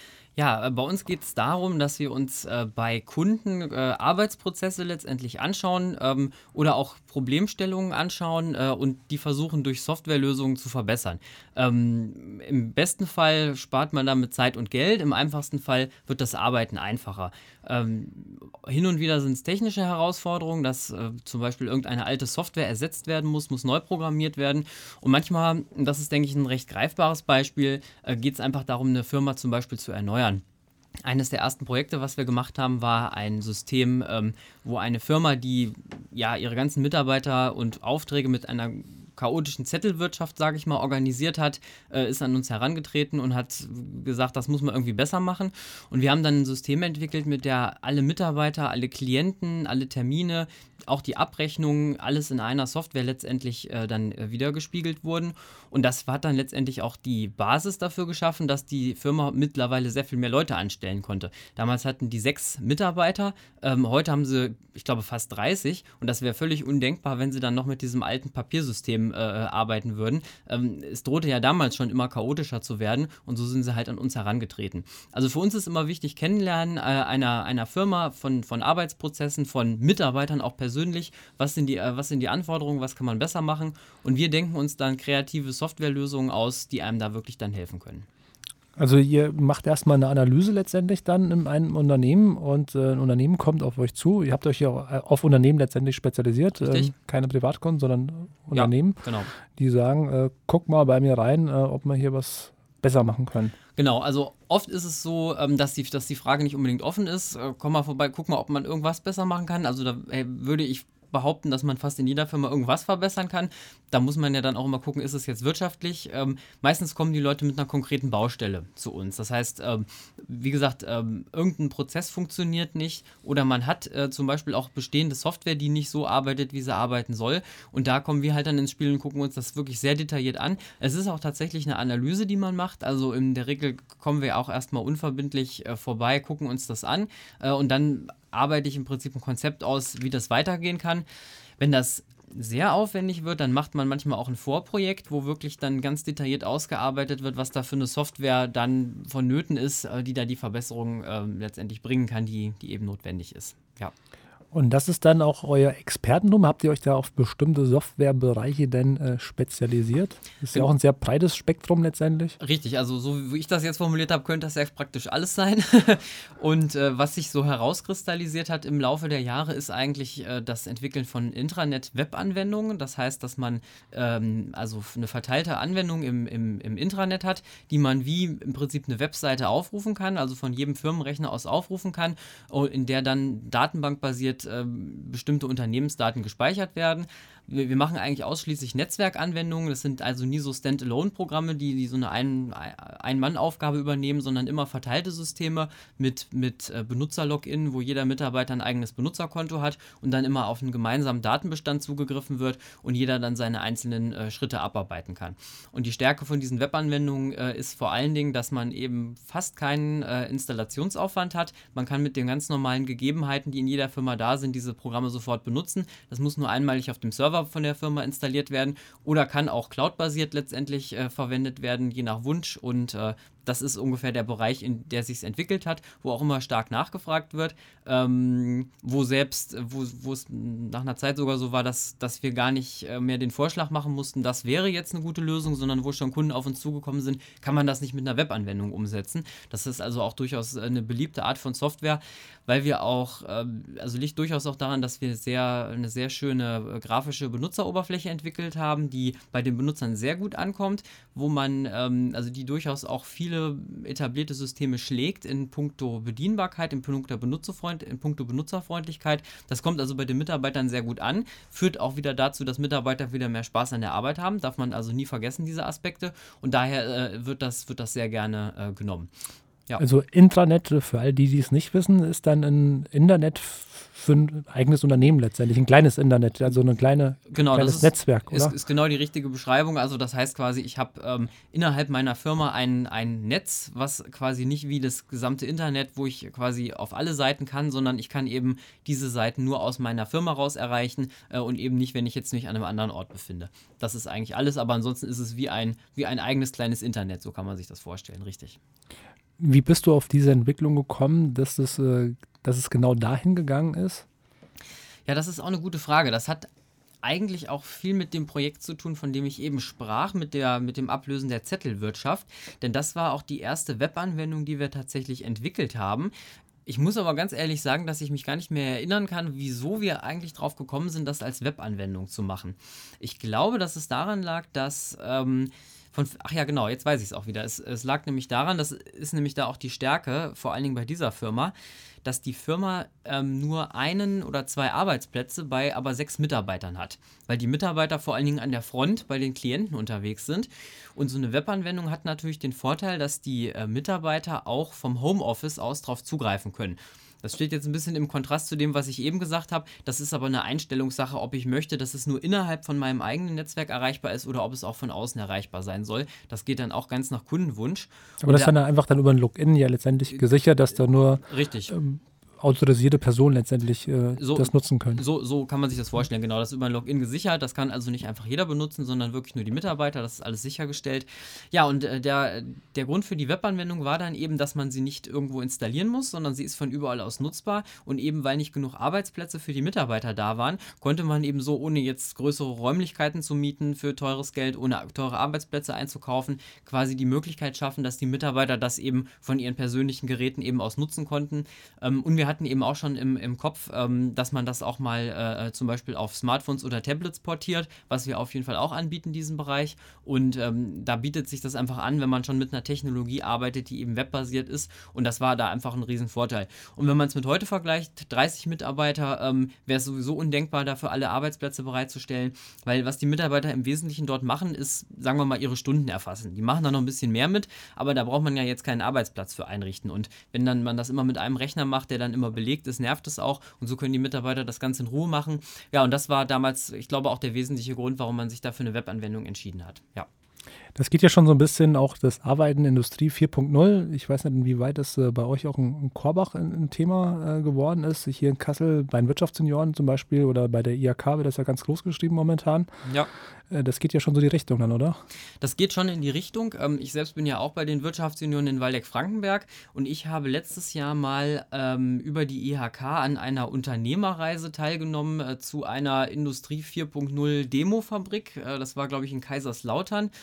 Ja, äh, bei uns geht es darum, dass wir uns äh, bei Kunden äh, Arbeitsprozesse letztendlich anschauen ähm, oder auch Problemstellungen anschauen äh, und die versuchen durch Softwarelösungen zu verbessern. Ähm, Im besten Fall spart man damit Zeit und Geld, im einfachsten Fall wird das Arbeiten einfacher. Ähm, hin und wieder sind es technische Herausforderungen, dass äh, zum Beispiel irgendeine alte Software ersetzt werden muss, muss neu programmiert werden. Und manchmal, das ist, denke ich, ein recht greifbares Beispiel, äh, geht es einfach darum, eine Firma zum Beispiel zu erneuern. Eines der ersten Projekte, was wir gemacht haben, war ein System, ähm, wo eine Firma, die ja ihre ganzen Mitarbeiter und Aufträge mit einer chaotischen Zettelwirtschaft, sage ich mal, organisiert hat, äh, ist an uns herangetreten und hat gesagt, das muss man irgendwie besser machen. Und wir haben dann ein System entwickelt, mit der alle Mitarbeiter, alle Klienten, alle Termine, auch die Abrechnungen, alles in einer Software letztendlich äh, dann äh, wiedergespiegelt wurden. Und das hat dann letztendlich auch die Basis dafür geschaffen, dass die Firma mittlerweile sehr viel mehr Leute anstellen konnte. Damals hatten die sechs Mitarbeiter, ähm, heute haben sie, ich glaube, fast dreißig. Und das wäre völlig undenkbar, wenn sie dann noch mit diesem alten Papiersystem äh, arbeiten würden. Ähm, es drohte ja damals schon immer chaotischer zu werden und so sind sie halt an uns herangetreten. Also für uns ist immer wichtig, Kennenlernen äh, einer, einer Firma, von, von Arbeitsprozessen, von Mitarbeitern auch persönlich. Was sind die, äh, was sind die Anforderungen, was kann man besser machen? Und wir denken uns dann kreative Softwarelösungen aus, die einem da wirklich dann helfen können. Also ihr macht erstmal eine Analyse letztendlich dann in einem Unternehmen und äh, ein Unternehmen kommt auf euch zu. Ihr habt euch ja auf Unternehmen letztendlich spezialisiert, ähm, keine Privatkunden, sondern Unternehmen, ja, genau. Die sagen, äh, guck mal bei mir rein, äh, ob wir hier was besser machen können. Genau, also oft ist es so, ähm, dass, die, dass die Frage nicht unbedingt offen ist. Äh, komm mal vorbei, guck mal, ob man irgendwas besser machen kann. Also da hey, würde ich behaupten, dass man fast in jeder Firma irgendwas verbessern kann. Da muss man ja dann auch immer gucken, ist es jetzt wirtschaftlich? Ähm, meistens kommen die Leute mit einer konkreten Baustelle zu uns. Das heißt, ähm, wie gesagt, ähm, irgendein Prozess funktioniert nicht oder man hat äh, zum Beispiel auch bestehende Software, die nicht so arbeitet, wie sie arbeiten soll. Und da kommen wir halt dann ins Spiel und gucken uns das wirklich sehr detailliert an. Es ist auch tatsächlich eine Analyse, die man macht. Also in der Regel kommen wir auch erstmal unverbindlich äh, vorbei, gucken uns das an äh, und dann arbeite ich im Prinzip ein Konzept aus, wie das weitergehen kann. Wenn das sehr aufwendig wird, dann macht man manchmal auch ein Vorprojekt, wo wirklich dann ganz detailliert ausgearbeitet wird, was da für eine Software dann vonnöten ist, die da die Verbesserung äh, letztendlich bringen kann, die, die eben notwendig ist. Ja. Und das ist dann auch euer Expertentum? Habt ihr euch da auf bestimmte Softwarebereiche denn äh, spezialisiert? Das ist ja auch ein sehr breites Spektrum letztendlich. Richtig, also so wie ich das jetzt formuliert habe, könnte das ja praktisch alles sein. Und äh, was sich so herauskristallisiert hat im Laufe der Jahre, ist eigentlich äh, das Entwickeln von Intranet-Web-Anwendungen. Das heißt, dass man ähm, also eine verteilte Anwendung im, im, im Intranet hat, die man wie im Prinzip eine Webseite aufrufen kann, also von jedem Firmenrechner aus aufrufen kann, in der dann datenbankbasiert halt ähm, bestimmte Unternehmensdaten gespeichert werden. Wir, wir machen eigentlich ausschließlich Netzwerkanwendungen. Das sind also nie so Standalone-Programme, die, die so eine Ein- Ein-Mann-Aufgabe übernehmen, sondern immer verteilte Systeme mit, mit äh, Benutzer-Login, wo jeder Mitarbeiter ein eigenes Benutzerkonto hat und dann immer auf einen gemeinsamen Datenbestand zugegriffen wird und jeder dann seine einzelnen äh, Schritte abarbeiten kann. Und die Stärke von diesen Webanwendungen äh, ist vor allen Dingen, dass man eben fast keinen äh, Installationsaufwand hat. Man kann mit den ganz normalen Gegebenheiten, die in jeder Firma da sind, diese Programme sofort benutzen. Das muss nur einmalig auf dem Server von der Firma installiert werden oder kann auch cloudbasiert letztendlich äh, verwendet werden, je nach Wunsch. Und äh, das ist ungefähr der Bereich, in der sich entwickelt hat, wo auch immer stark nachgefragt wird, ähm, wo selbst, wo wo es nach einer Zeit sogar so war, dass, dass wir gar nicht äh, mehr den Vorschlag machen mussten, das wäre jetzt eine gute Lösung, sondern wo schon Kunden auf uns zugekommen sind, kann man das nicht mit einer Webanwendung umsetzen. Das ist also auch durchaus eine beliebte Art von Software, weil wir auch, äh, also liegt durchaus auch daran, dass wir sehr, eine sehr schöne äh, grafische Benutzeroberfläche entwickelt haben, die bei den Benutzern sehr gut ankommt, wo man, ähm, also die durchaus auch viele etablierte Systeme schlägt in puncto Bedienbarkeit, in puncto, Benutzerfreund, in puncto Benutzerfreundlichkeit. Das kommt also bei den Mitarbeitern sehr gut an, führt auch wieder dazu, dass Mitarbeiter wieder mehr Spaß an der Arbeit haben, darf man also nie vergessen, diese Aspekte, und daher äh, wird, das, wird das sehr gerne äh, genommen. Ja. Also Intranet, für all die, die es nicht wissen, ist dann ein Internet für ein eigenes Unternehmen letztendlich, ein kleines Internet, also ein kleine, genau, kleines das ist, Netzwerk, oder? Ist, ist genau die richtige Beschreibung. Also das heißt quasi, ich habe ähm, innerhalb meiner Firma ein, ein Netz, was quasi nicht wie das gesamte Internet, wo ich quasi auf alle Seiten kann, sondern ich kann eben diese Seiten nur aus meiner Firma raus erreichen äh, und eben nicht, wenn ich jetzt mich an einem anderen Ort befinde. Das ist eigentlich alles, aber ansonsten ist es wie ein, wie ein eigenes kleines Internet, so kann man sich das vorstellen, richtig. Wie bist du auf diese Entwicklung gekommen, dass es, äh, dass es genau dahin gegangen ist? Ja, das ist auch eine gute Frage. Das hat eigentlich auch viel mit dem Projekt zu tun, von dem ich eben sprach, mit, der, mit dem Ablösen der Zettelwirtschaft. Denn das war auch die erste Webanwendung, die wir tatsächlich entwickelt haben. Ich muss aber ganz ehrlich sagen, dass ich mich gar nicht mehr erinnern kann, wieso wir eigentlich drauf gekommen sind, das als Webanwendung zu machen. Ich glaube, dass es daran lag, dass... Ähm, Von, ach ja, genau, jetzt weiß ich es auch wieder. Es, es lag nämlich daran, das ist nämlich da auch die Stärke, vor allen Dingen bei dieser Firma, dass die Firma ähm, nur einen oder zwei Arbeitsplätze bei aber sechs Mitarbeitern hat. Weil die Mitarbeiter vor allen Dingen an der Front bei den Klienten unterwegs sind. Und so eine Webanwendung hat natürlich den Vorteil, dass die äh, Mitarbeiter auch vom Homeoffice aus drauf zugreifen können. Das steht jetzt ein bisschen im Kontrast zu dem, was ich eben gesagt habe. Das ist aber eine Einstellungssache, ob ich möchte, dass es nur innerhalb von meinem eigenen Netzwerk erreichbar ist oder ob es auch von außen erreichbar sein soll. Das geht dann auch ganz nach Kundenwunsch. Aber Und das ist der, dann einfach dann über ein Login ja letztendlich gesichert, dass da nur richtig. ähm, autorisierte Personen letztendlich äh, So- das nutzen können. So, so kann man sich das vorstellen, genau. Das ist über ein Login gesichert. Das kann also nicht einfach jeder benutzen, sondern wirklich nur die Mitarbeiter. Das ist alles sichergestellt. Ja, und äh, der, der Grund für die Webanwendung war dann eben, dass man sie nicht irgendwo installieren muss, sondern sie ist von überall aus nutzbar. Und eben, weil nicht genug Arbeitsplätze für die Mitarbeiter da waren, konnte man eben so, ohne jetzt größere Räumlichkeiten zu mieten für teures Geld, ohne teure Arbeitsplätze einzukaufen, quasi die Möglichkeit schaffen, dass die Mitarbeiter das eben von ihren persönlichen Geräten eben aus nutzen konnten. Ähm, und wir hatten eben auch schon im, im Kopf, ähm, dass man das auch mal äh, zum Beispiel auf Smartphones oder Tablets portiert, was wir auf jeden Fall auch anbieten in diesem Bereich. Und ähm, da bietet sich das einfach an, wenn man schon mit einer Technologie arbeitet, die eben webbasiert ist. Und das war da einfach ein Riesenvorteil. Und wenn man es mit heute vergleicht, dreißig Mitarbeiter, ähm, wäre es sowieso undenkbar, dafür alle Arbeitsplätze bereitzustellen. Weil was die Mitarbeiter im Wesentlichen dort machen, ist, sagen wir mal, ihre Stunden erfassen. Die machen da noch ein bisschen mehr mit, aber da braucht man ja jetzt keinen Arbeitsplatz für einrichten. Und wenn dann man das immer mit einem Rechner macht, der dann immer belegt ist, nervt es auch. Und so können die Mitarbeiter das Ganze in Ruhe machen. Ja, und das war damals, ich glaube, auch der wesentliche Grund, warum man sich da für eine Webanwendung entschieden hat. Ja. Das geht ja schon so ein bisschen auch das Arbeiten Industrie vier Punkt null. Ich weiß nicht, inwieweit das äh, bei euch auch ein, ein Korbach ein, ein Thema äh, geworden ist. Hier in Kassel bei den Wirtschaftssenioren zum Beispiel oder bei der I H K wird das ja ganz groß geschrieben momentan. Ja. Äh, das geht ja schon so die Richtung dann, oder? Das geht schon in die Richtung. Ähm, ich selbst bin ja auch bei den Wirtschaftsjunioren in Waldeck-Frankenberg und ich habe letztes Jahr mal ähm, über die I H K an einer Unternehmerreise teilgenommen äh, zu einer Industrie vier Punkt null Demofabrik. Äh, das war, glaube ich, in Kaiserslautern.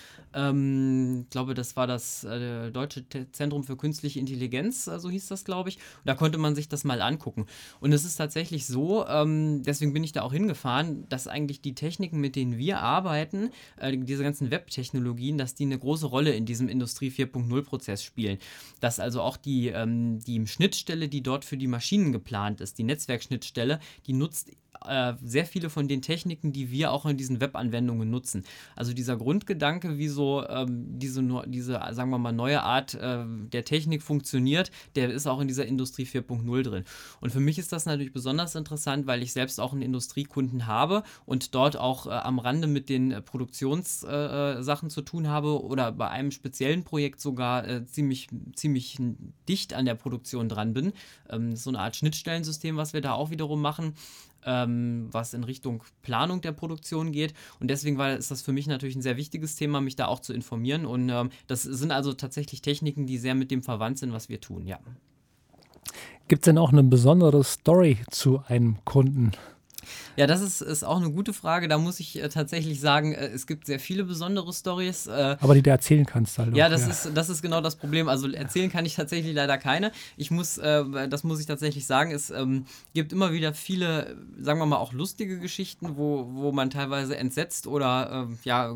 Ähm, ich glaube, das war das äh, Deutsche Te- Zentrum für Künstliche Intelligenz, äh, so hieß das, glaube ich. Und da konnte man sich das mal angucken. Und es ist tatsächlich so, ähm, deswegen bin ich da auch hingefahren, dass eigentlich die Techniken, mit denen wir arbeiten, äh, diese ganzen Web-Technologien, dass die eine große Rolle in diesem Industrie vier Punkt null Prozess spielen. Dass also auch die, ähm, die Schnittstelle, die dort für die Maschinen geplant ist, die Netzwerkschnittstelle, die nutzt äh, sehr viele von den Techniken, die wir auch in diesen Webanwendungen nutzen. Also dieser Grundgedanke, wie so ähm, diese, diese, sagen wir mal, neue Art äh, der Technik funktioniert, der ist auch in dieser Industrie vier Punkt null drin. Und für mich ist das natürlich besonders interessant, weil ich selbst auch einen Industriekunden habe und dort auch äh, am Rande mit den äh, Produktionssachen äh, zu tun habe oder bei einem speziellen Projekt sogar äh, ziemlich, ziemlich dicht an der Produktion dran bin. Ähm, so eine Art Schnittstellensystem, was wir da auch wiederum machen, ähm, was in Richtung Planung der Produktion geht. Und deswegen war, ist das für mich natürlich ein sehr wichtiges Thema, mich da auch zu informieren. Und ähm, das sind also tatsächlich Techniken, die sehr mit dem verwandt sind, was wir tun, ja. Gibt es denn auch eine besondere Story zu einem Kunden? Ja, das ist, ist auch eine gute Frage. Da muss ich äh, tatsächlich sagen, äh, es gibt sehr viele besondere Storys. Äh, Aber die du erzählen kannst halt. ja, auch, das, ja. Ist, das ist genau das Problem. Also erzählen kann ich tatsächlich leider keine. Ich muss, äh, das muss ich tatsächlich sagen, es ähm, gibt immer wieder viele, sagen wir mal, auch lustige Geschichten, wo, wo man teilweise entsetzt oder äh, ja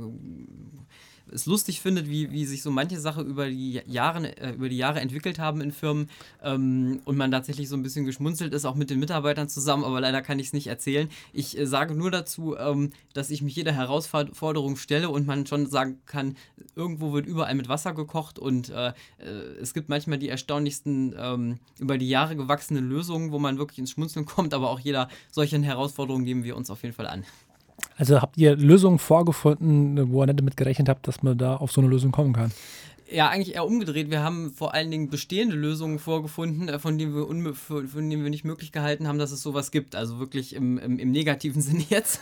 es lustig findet, wie, wie sich so manche Sachen über die Jahre, äh, über die Jahre entwickelt haben in Firmen ähm, und man tatsächlich so ein bisschen geschmunzelt ist, auch mit den Mitarbeitern zusammen, aber leider kann ich es nicht erzählen. Ich äh, sage nur dazu, ähm, dass ich mich jeder Herausforderung stelle und man schon sagen kann, irgendwo wird überall mit Wasser gekocht und äh, äh, es gibt manchmal die erstaunlichsten ähm, über die Jahre gewachsenen Lösungen, wo man wirklich ins Schmunzeln kommt, aber auch jeder solchen Herausforderungen nehmen wir uns auf jeden Fall an. Also habt ihr Lösungen vorgefunden, wo ihr nicht damit gerechnet habt, dass man da auf so eine Lösung kommen kann? Ja, eigentlich eher umgedreht. Wir haben vor allen Dingen bestehende Lösungen vorgefunden, von denen wir, unmö- von denen wir nicht möglich gehalten haben, dass es sowas gibt. Also wirklich im, im, im negativen Sinne jetzt.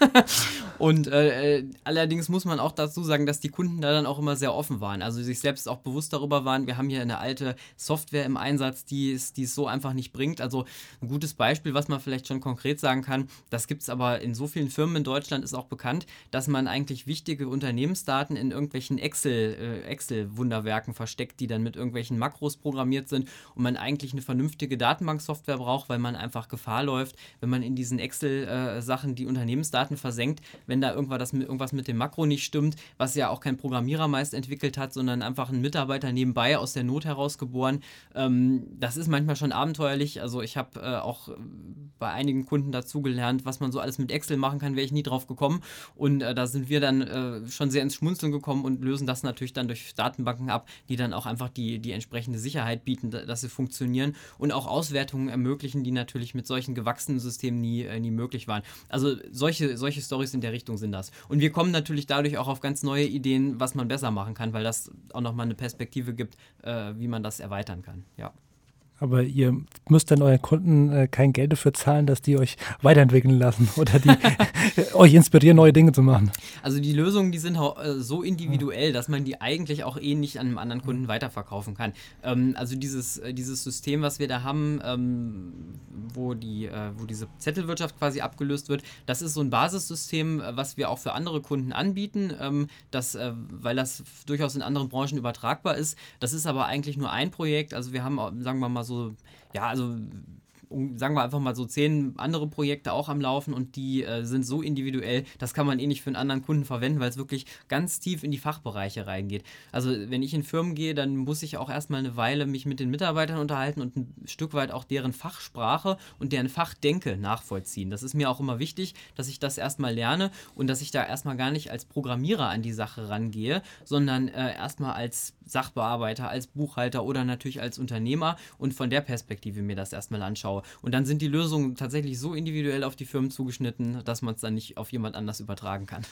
Und äh, allerdings muss man auch dazu sagen, dass die Kunden da dann auch immer sehr offen waren. Also sich selbst auch bewusst darüber waren, wir haben hier eine alte Software im Einsatz, die es, die es so einfach nicht bringt. Also ein gutes Beispiel, was man vielleicht schon konkret sagen kann, das gibt es aber in so vielen Firmen in Deutschland, ist auch bekannt, dass man eigentlich wichtige Unternehmensdaten in irgendwelchen Excel, äh, Excel-Wunderwerken versteckt, die dann mit irgendwelchen Makros programmiert sind und man eigentlich eine vernünftige Datenbanksoftware braucht, weil man einfach Gefahr läuft, wenn man in diesen Excel-Sachen die Unternehmensdaten versenkt, wenn da irgendwas, das mit, irgendwas mit dem Makro nicht stimmt, was ja auch kein Programmierer meist entwickelt hat, sondern einfach ein Mitarbeiter nebenbei aus der Not heraus geboren. Ähm, das ist manchmal schon abenteuerlich. Also ich habe äh, auch bei einigen Kunden dazugelernt, was man so alles mit Excel machen kann, wäre ich nie drauf gekommen und äh, da sind wir dann äh, schon sehr ins Schmunzeln gekommen und lösen das natürlich dann durch Datenbanken ab, die dann auch einfach die, die entsprechende Sicherheit bieten, dass sie funktionieren und auch Auswertungen ermöglichen, die natürlich mit solchen gewachsenen Systemen nie, äh, nie möglich waren. Also solche, solche Storys in der Richtung sind das. Und wir kommen natürlich dadurch auch auf ganz neue Ideen, was man besser machen kann, weil das auch nochmal eine Perspektive gibt, äh, wie man das erweitern kann. Ja. Aber ihr müsst dann euren Kunden äh, kein Geld dafür zahlen, dass die euch weiterentwickeln lassen oder die euch inspirieren, neue Dinge zu machen. Also die Lösungen, die sind äh, so individuell, dass man die eigentlich auch eh nicht an einem anderen Kunden weiterverkaufen kann. Ähm, also dieses, äh, dieses System, was wir da haben, ähm, wo, die, äh, wo diese Zettelwirtschaft quasi abgelöst wird, das ist so ein Basissystem, äh, was wir auch für andere Kunden anbieten, ähm, das, äh, weil das durchaus in anderen Branchen übertragbar ist. Das ist aber eigentlich nur ein Projekt. Also wir haben, sagen wir mal so, So, ja, also sagen wir einfach mal so zehn andere Projekte auch am Laufen und die äh, sind so individuell, das kann man eh nicht für einen anderen Kunden verwenden, weil es wirklich ganz tief in die Fachbereiche reingeht. Also wenn ich in Firmen gehe, dann muss ich auch erstmal eine Weile mich mit den Mitarbeitern unterhalten und ein Stück weit auch deren Fachsprache und deren Fachdenke nachvollziehen. Das ist mir auch immer wichtig, dass ich das erstmal lerne und dass ich da erstmal gar nicht als Programmierer an die Sache rangehe, sondern äh, erstmal als Sachbearbeiter, als Buchhalter oder natürlich als Unternehmer und von der Perspektive mir das erstmal anschaue. Und dann sind die Lösungen tatsächlich so individuell auf die Firmen zugeschnitten, dass man es dann nicht auf jemand anders übertragen kann.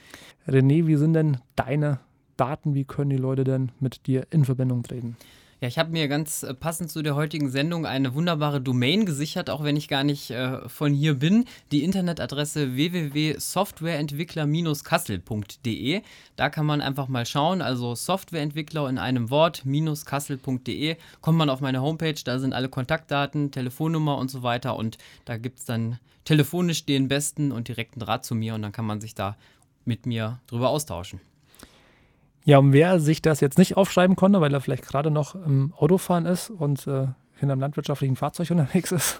René, wie sind denn deine Daten? Wie können die Leute denn mit dir in Verbindung treten? Ja, ich habe mir ganz äh, passend zu der heutigen Sendung eine wunderbare Domain gesichert, auch wenn ich gar nicht äh, von hier bin. Die Internetadresse w w w punkt softwareentwickler Bindestrich kassel punkt d e. Da kann man einfach mal schauen, also Softwareentwickler in einem Wort, kassel punkt d e. Kommt man auf meine Homepage, da sind alle Kontaktdaten, Telefonnummer und so weiter und da gibt es dann telefonisch den besten und direkten Draht zu mir und dann kann man sich da mit mir drüber austauschen. Ja, und wer sich das jetzt nicht aufschreiben konnte, weil er vielleicht gerade noch im Autofahren ist und äh, in einem landwirtschaftlichen Fahrzeug unterwegs ist,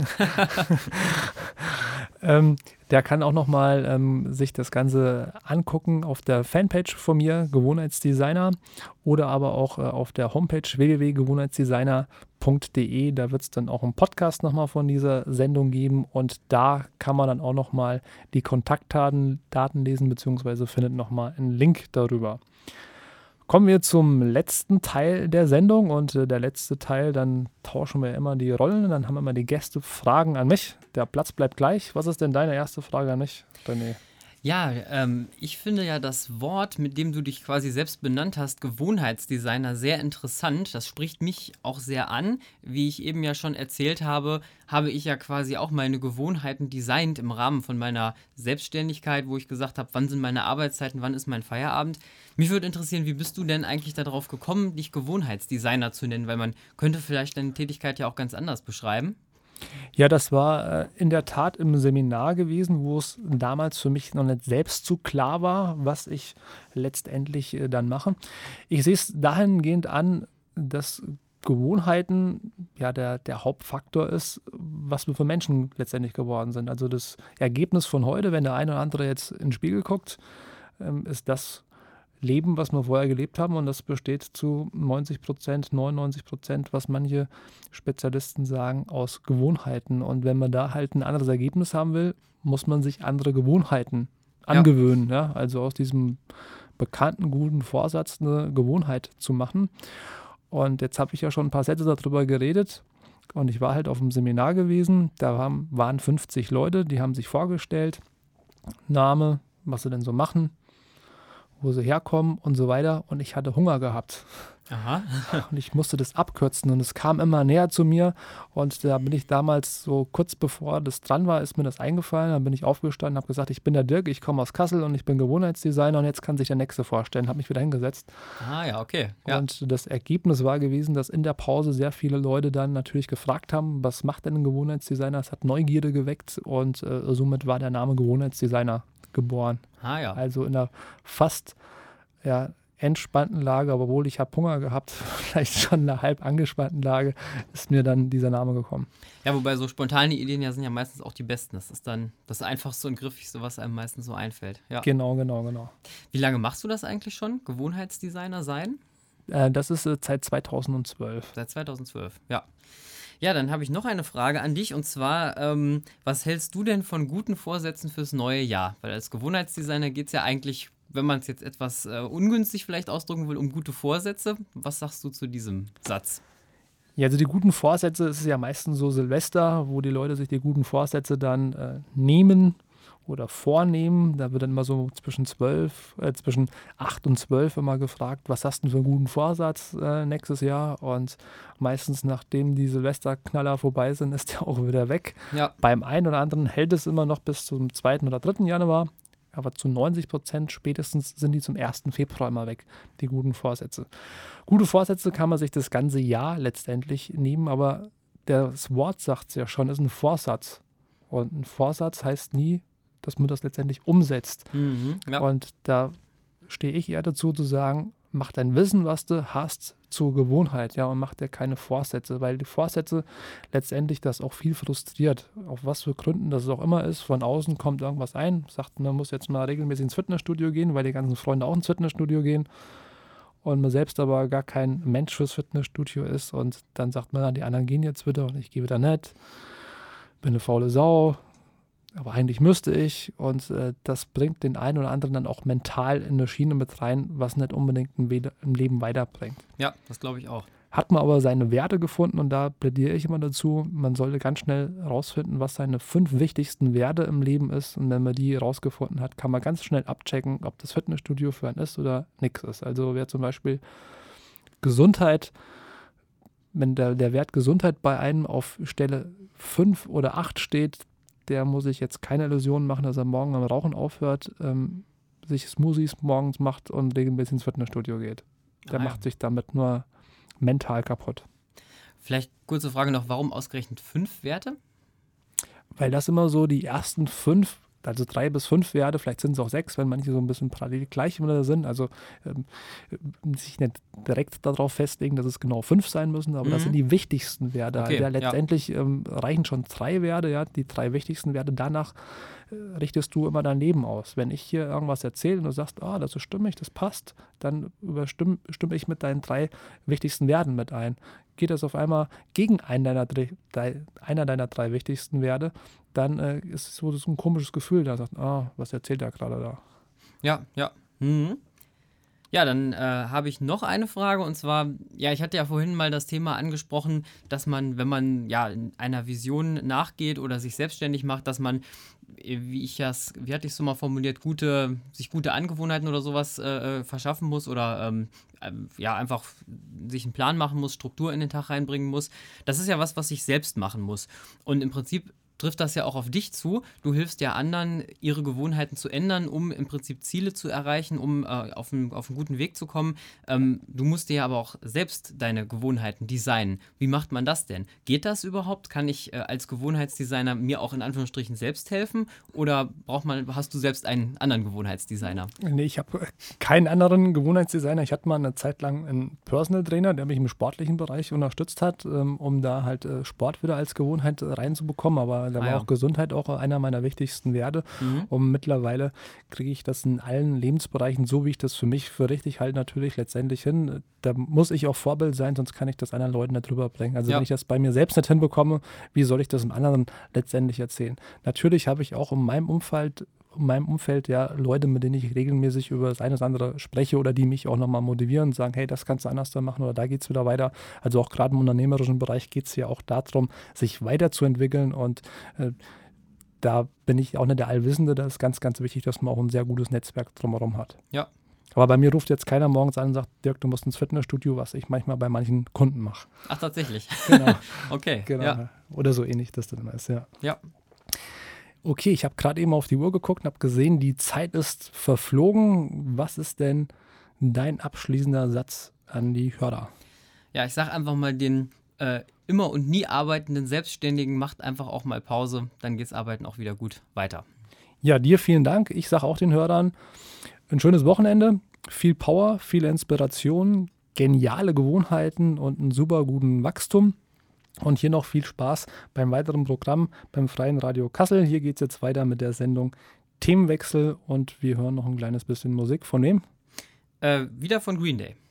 ähm, der kann auch nochmal ähm, sich das Ganze angucken auf der Fanpage von mir, Gewohnheitsdesigner, oder aber auch äh, auf der Homepage w w w punkt gewohnheitsdesigner punkt d e. Da wird es dann auch einen Podcast nochmal von dieser Sendung geben und da kann man dann auch nochmal die Kontaktdaten Daten lesen, beziehungsweise findet nochmal einen Link darüber. Kommen wir zum letzten Teil der Sendung und äh, der letzte Teil, dann tauschen wir immer die Rollen, dann haben wir immer die Gäste Fragen an mich. Der Platz bleibt gleich. Was ist denn deine erste Frage an mich, René? Ja, ähm, ich finde ja das Wort, mit dem du dich quasi selbst benannt hast, Gewohnheitsdesigner, sehr interessant. Das spricht mich auch sehr an. Wie ich eben ja schon erzählt habe, habe ich ja quasi auch meine Gewohnheiten designt im Rahmen von meiner Selbstständigkeit, wo ich gesagt habe, wann sind meine Arbeitszeiten, wann ist mein Feierabend. Mich würde interessieren, wie bist du denn eigentlich darauf gekommen, dich Gewohnheitsdesigner zu nennen? Weil man könnte vielleicht deine Tätigkeit ja auch ganz anders beschreiben. Ja, das war äh, in der Tat im Seminar gewesen, wo es damals für mich noch nicht selbst so klar war, was ich letztendlich äh, dann mache. Ich sehe es dahingehend an, dass Gewohnheiten ja der, der Hauptfaktor ist, was wir für Menschen letztendlich geworden sind. Also das Ergebnis von heute, wenn der eine oder andere jetzt in den Spiegel guckt, ähm, ist das Leben, was wir vorher gelebt haben, und das besteht zu neunzig Prozent, neunundneunzig Prozent, was manche Spezialisten sagen, aus Gewohnheiten. Und wenn man da halt ein anderes Ergebnis haben will, muss man sich andere Gewohnheiten angewöhnen. Ja. Ja? Also aus diesem bekannten guten Vorsatz eine Gewohnheit zu machen. Und jetzt habe ich ja schon ein paar Sätze darüber geredet. Und ich war halt auf einem Seminar gewesen, da waren, waren fünfzig Leute, die haben sich vorgestellt, Name, was sie denn so machen, wo sie herkommen und so weiter. Und ich hatte Hunger gehabt. Aha. Und ich musste das abkürzen und es kam immer näher zu mir. Und da bin ich damals so kurz bevor das dran war, ist mir das eingefallen. Dann bin ich aufgestanden, habe gesagt, ich bin der Dirk, ich komme aus Kassel und ich bin Gewohnheitsdesigner und jetzt kann sich der Nächste vorstellen. Habe mich wieder hingesetzt. Ah ja, okay. Ja. Und das Ergebnis war gewesen, dass in der Pause sehr viele Leute dann natürlich gefragt haben, was macht denn ein Gewohnheitsdesigner? Es hat Neugierde geweckt und äh, somit war der Name Gewohnheitsdesigner geboren. Ah ja. Also in einer fast ja, entspannten Lage, aber obwohl ich habe Hunger gehabt, vielleicht schon in einer halb angespannten Lage, ist mir dann dieser Name gekommen. Ja, wobei so spontane Ideen ja sind ja meistens auch die besten. Das ist dann das Einfachste und Griffigste, was einem meistens so einfällt. Ja. Genau, genau, genau. Wie lange machst du das eigentlich schon, Gewohnheitsdesigner sein? Äh, das ist äh, seit zweitausendzwölf. Seit zweitausendzwölf, ja. Ja, dann habe ich noch eine Frage an dich und zwar, ähm, was hältst du denn von guten Vorsätzen fürs neue Jahr? Weil als Gewohnheitsdesigner geht es ja eigentlich, wenn man es jetzt etwas äh, ungünstig vielleicht ausdrücken will, um gute Vorsätze. Was sagst du zu diesem Satz? Ja, also die guten Vorsätze, es ist ja meistens so Silvester, wo die Leute sich die guten Vorsätze dann äh, nehmen oder vornehmen. Da wird dann immer so zwischen zwölf, äh, zwischen acht und zwölf immer gefragt, was hast du denn für einen guten Vorsatz äh, nächstes Jahr? Und meistens, nachdem die Silvesterknaller vorbei sind, ist der auch wieder weg. Ja. Beim einen oder anderen hält es immer noch bis zum zweiten oder dritten Januar. Aber zu neunzig Prozent spätestens sind die zum ersten Februar immer weg, die guten Vorsätze. Gute Vorsätze kann man sich das ganze Jahr letztendlich nehmen, aber das Wort sagt es ja schon, ist ein Vorsatz. Und ein Vorsatz heißt nie, dass man das letztendlich umsetzt. Mhm, ja. Und da stehe ich eher dazu zu sagen, mach dein Wissen, was du hast, zur Gewohnheit, ja, und mach dir keine Vorsätze, weil die Vorsätze letztendlich das auch viel frustriert, auf was für Gründen das auch immer ist. Von außen kommt irgendwas ein, sagt, man muss jetzt mal regelmäßig ins Fitnessstudio gehen, weil die ganzen Freunde auch ins Fitnessstudio gehen und man selbst aber gar kein Mensch fürs Fitnessstudio ist und dann sagt man, die anderen gehen jetzt wieder und ich gehe wieder nicht, bin eine faule Sau, aber eigentlich müsste ich und äh, das bringt den einen oder anderen dann auch mental in eine Schiene mit rein, was nicht unbedingt im, We- im Leben weiterbringt. Ja, das glaube ich auch. Hat man aber seine Werte gefunden und da plädiere ich immer dazu, man sollte ganz schnell rausfinden, was seine fünf wichtigsten Werte im Leben ist und wenn man die rausgefunden hat, kann man ganz schnell abchecken, ob das Fitnessstudio für einen ist oder nichts ist. Also wer zum Beispiel Gesundheit, wenn der, der Wert Gesundheit bei einem auf Stelle fünf oder acht steht, der muss sich jetzt keine Illusionen machen, dass er morgen am Rauchen aufhört, ähm, sich Smoothies morgens macht und regelmäßig ins Fitnessstudio geht. Der Ah, ja. macht sich damit nur mental kaputt. Vielleicht kurze Frage noch, warum ausgerechnet fünf Werte? Weil das immer so die ersten fünf also drei bis fünf Werte, vielleicht sind es auch sechs, wenn manche so ein bisschen parallel gleich miteinander sind. Also ähm, sich nicht direkt darauf festlegen, dass es genau fünf sein müssen, aber Mhm. das sind die wichtigsten Werte. Okay, ja, ja. letztendlich ähm, reichen schon drei Werte, ja, die drei wichtigsten Werte. Danach äh, richtest du immer dein Leben aus. Wenn ich hier irgendwas erzähle und du sagst, ah, das ist stimmig, das passt, dann überstimme stimme ich mit deinen drei wichtigsten Werten mit ein. Geht das auf einmal gegen einen deiner, drei, einer deiner drei wichtigsten Werte, dann äh, ist es so, so ein komisches Gefühl, da sagt, ah, was erzählt er gerade da? Ja, ja. Mhm. Ja, dann äh, habe ich noch eine Frage und zwar, ja, ich hatte ja vorhin mal das Thema angesprochen, dass man, wenn man ja in einer Vision nachgeht oder sich selbstständig macht, dass man, äh, wie ich das, wie hatte ich es so mal formuliert, gute, sich gute Angewohnheiten oder sowas äh, verschaffen muss oder ähm, äh, ja, einfach sich einen Plan machen muss, Struktur in den Tag reinbringen muss. Das ist ja was, was ich selbst machen muss. Und im Prinzip trifft das ja auch auf dich zu. Du hilfst ja anderen, ihre Gewohnheiten zu ändern, um im Prinzip Ziele zu erreichen, um äh, auf, einen, auf einen guten Weg zu kommen. Ähm, du musst dir aber auch selbst deine Gewohnheiten designen. Wie macht man das denn? Geht das überhaupt? Kann ich äh, als Gewohnheitsdesigner mir auch in Anführungsstrichen selbst helfen? Oder braucht man, hast du selbst einen anderen Gewohnheitsdesigner? Nee, ich habe keinen anderen Gewohnheitsdesigner. Ich hatte mal eine Zeit lang einen Personal Trainer, der mich im sportlichen Bereich unterstützt hat, ähm, um da halt äh, Sport wieder als Gewohnheit reinzubekommen. Aber da Ah, war ja. auch Gesundheit auch einer meiner wichtigsten Werte. Mhm. Und mittlerweile kriege ich das in allen Lebensbereichen, so wie ich das für mich für richtig halte, natürlich letztendlich hin. Da muss ich auch Vorbild sein, sonst kann ich das anderen Leuten nicht drüber bringen. Also Ja. wenn ich das bei mir selbst nicht hinbekomme, wie soll ich das dem anderen letztendlich erzählen? Natürlich habe ich auch in meinem Umfeld in meinem Umfeld ja Leute, mit denen ich regelmäßig über das eine oder andere spreche oder die mich auch nochmal motivieren und sagen, hey, das kannst du anders da machen oder da geht es wieder weiter. Also auch gerade im unternehmerischen Bereich geht es ja auch darum, sich weiterzuentwickeln und äh, da bin ich auch nicht der Allwissende. Da ist ganz, ganz wichtig, dass man auch ein sehr gutes Netzwerk drumherum hat. Ja. Aber bei mir ruft jetzt keiner morgens an und sagt, Dirk, du musst ins Fitnessstudio, was ich manchmal bei manchen Kunden mache. Ach, tatsächlich. Genau, Okay. genau. Ja. Oder so ähnlich das dann ist, ja. Ja. Okay, ich habe gerade eben auf die Uhr geguckt und habe gesehen, die Zeit ist verflogen. Was ist denn dein abschließender Satz an die Hörer? Ja, ich sag einfach mal den äh, immer und nie arbeitenden Selbstständigen, macht einfach auch mal Pause, dann geht's Arbeiten auch wieder gut weiter. Ja, dir vielen Dank. Ich sage auch den Hörern ein schönes Wochenende, viel Power, viel Inspiration, geniale Gewohnheiten und einen super guten Wachstum. Und hier noch viel Spaß beim weiteren Programm beim Freien Radio Kassel. Hier geht es jetzt weiter mit der Sendung Themenwechsel und wir hören noch ein kleines bisschen Musik. Von wem? Äh, wieder von Green Day.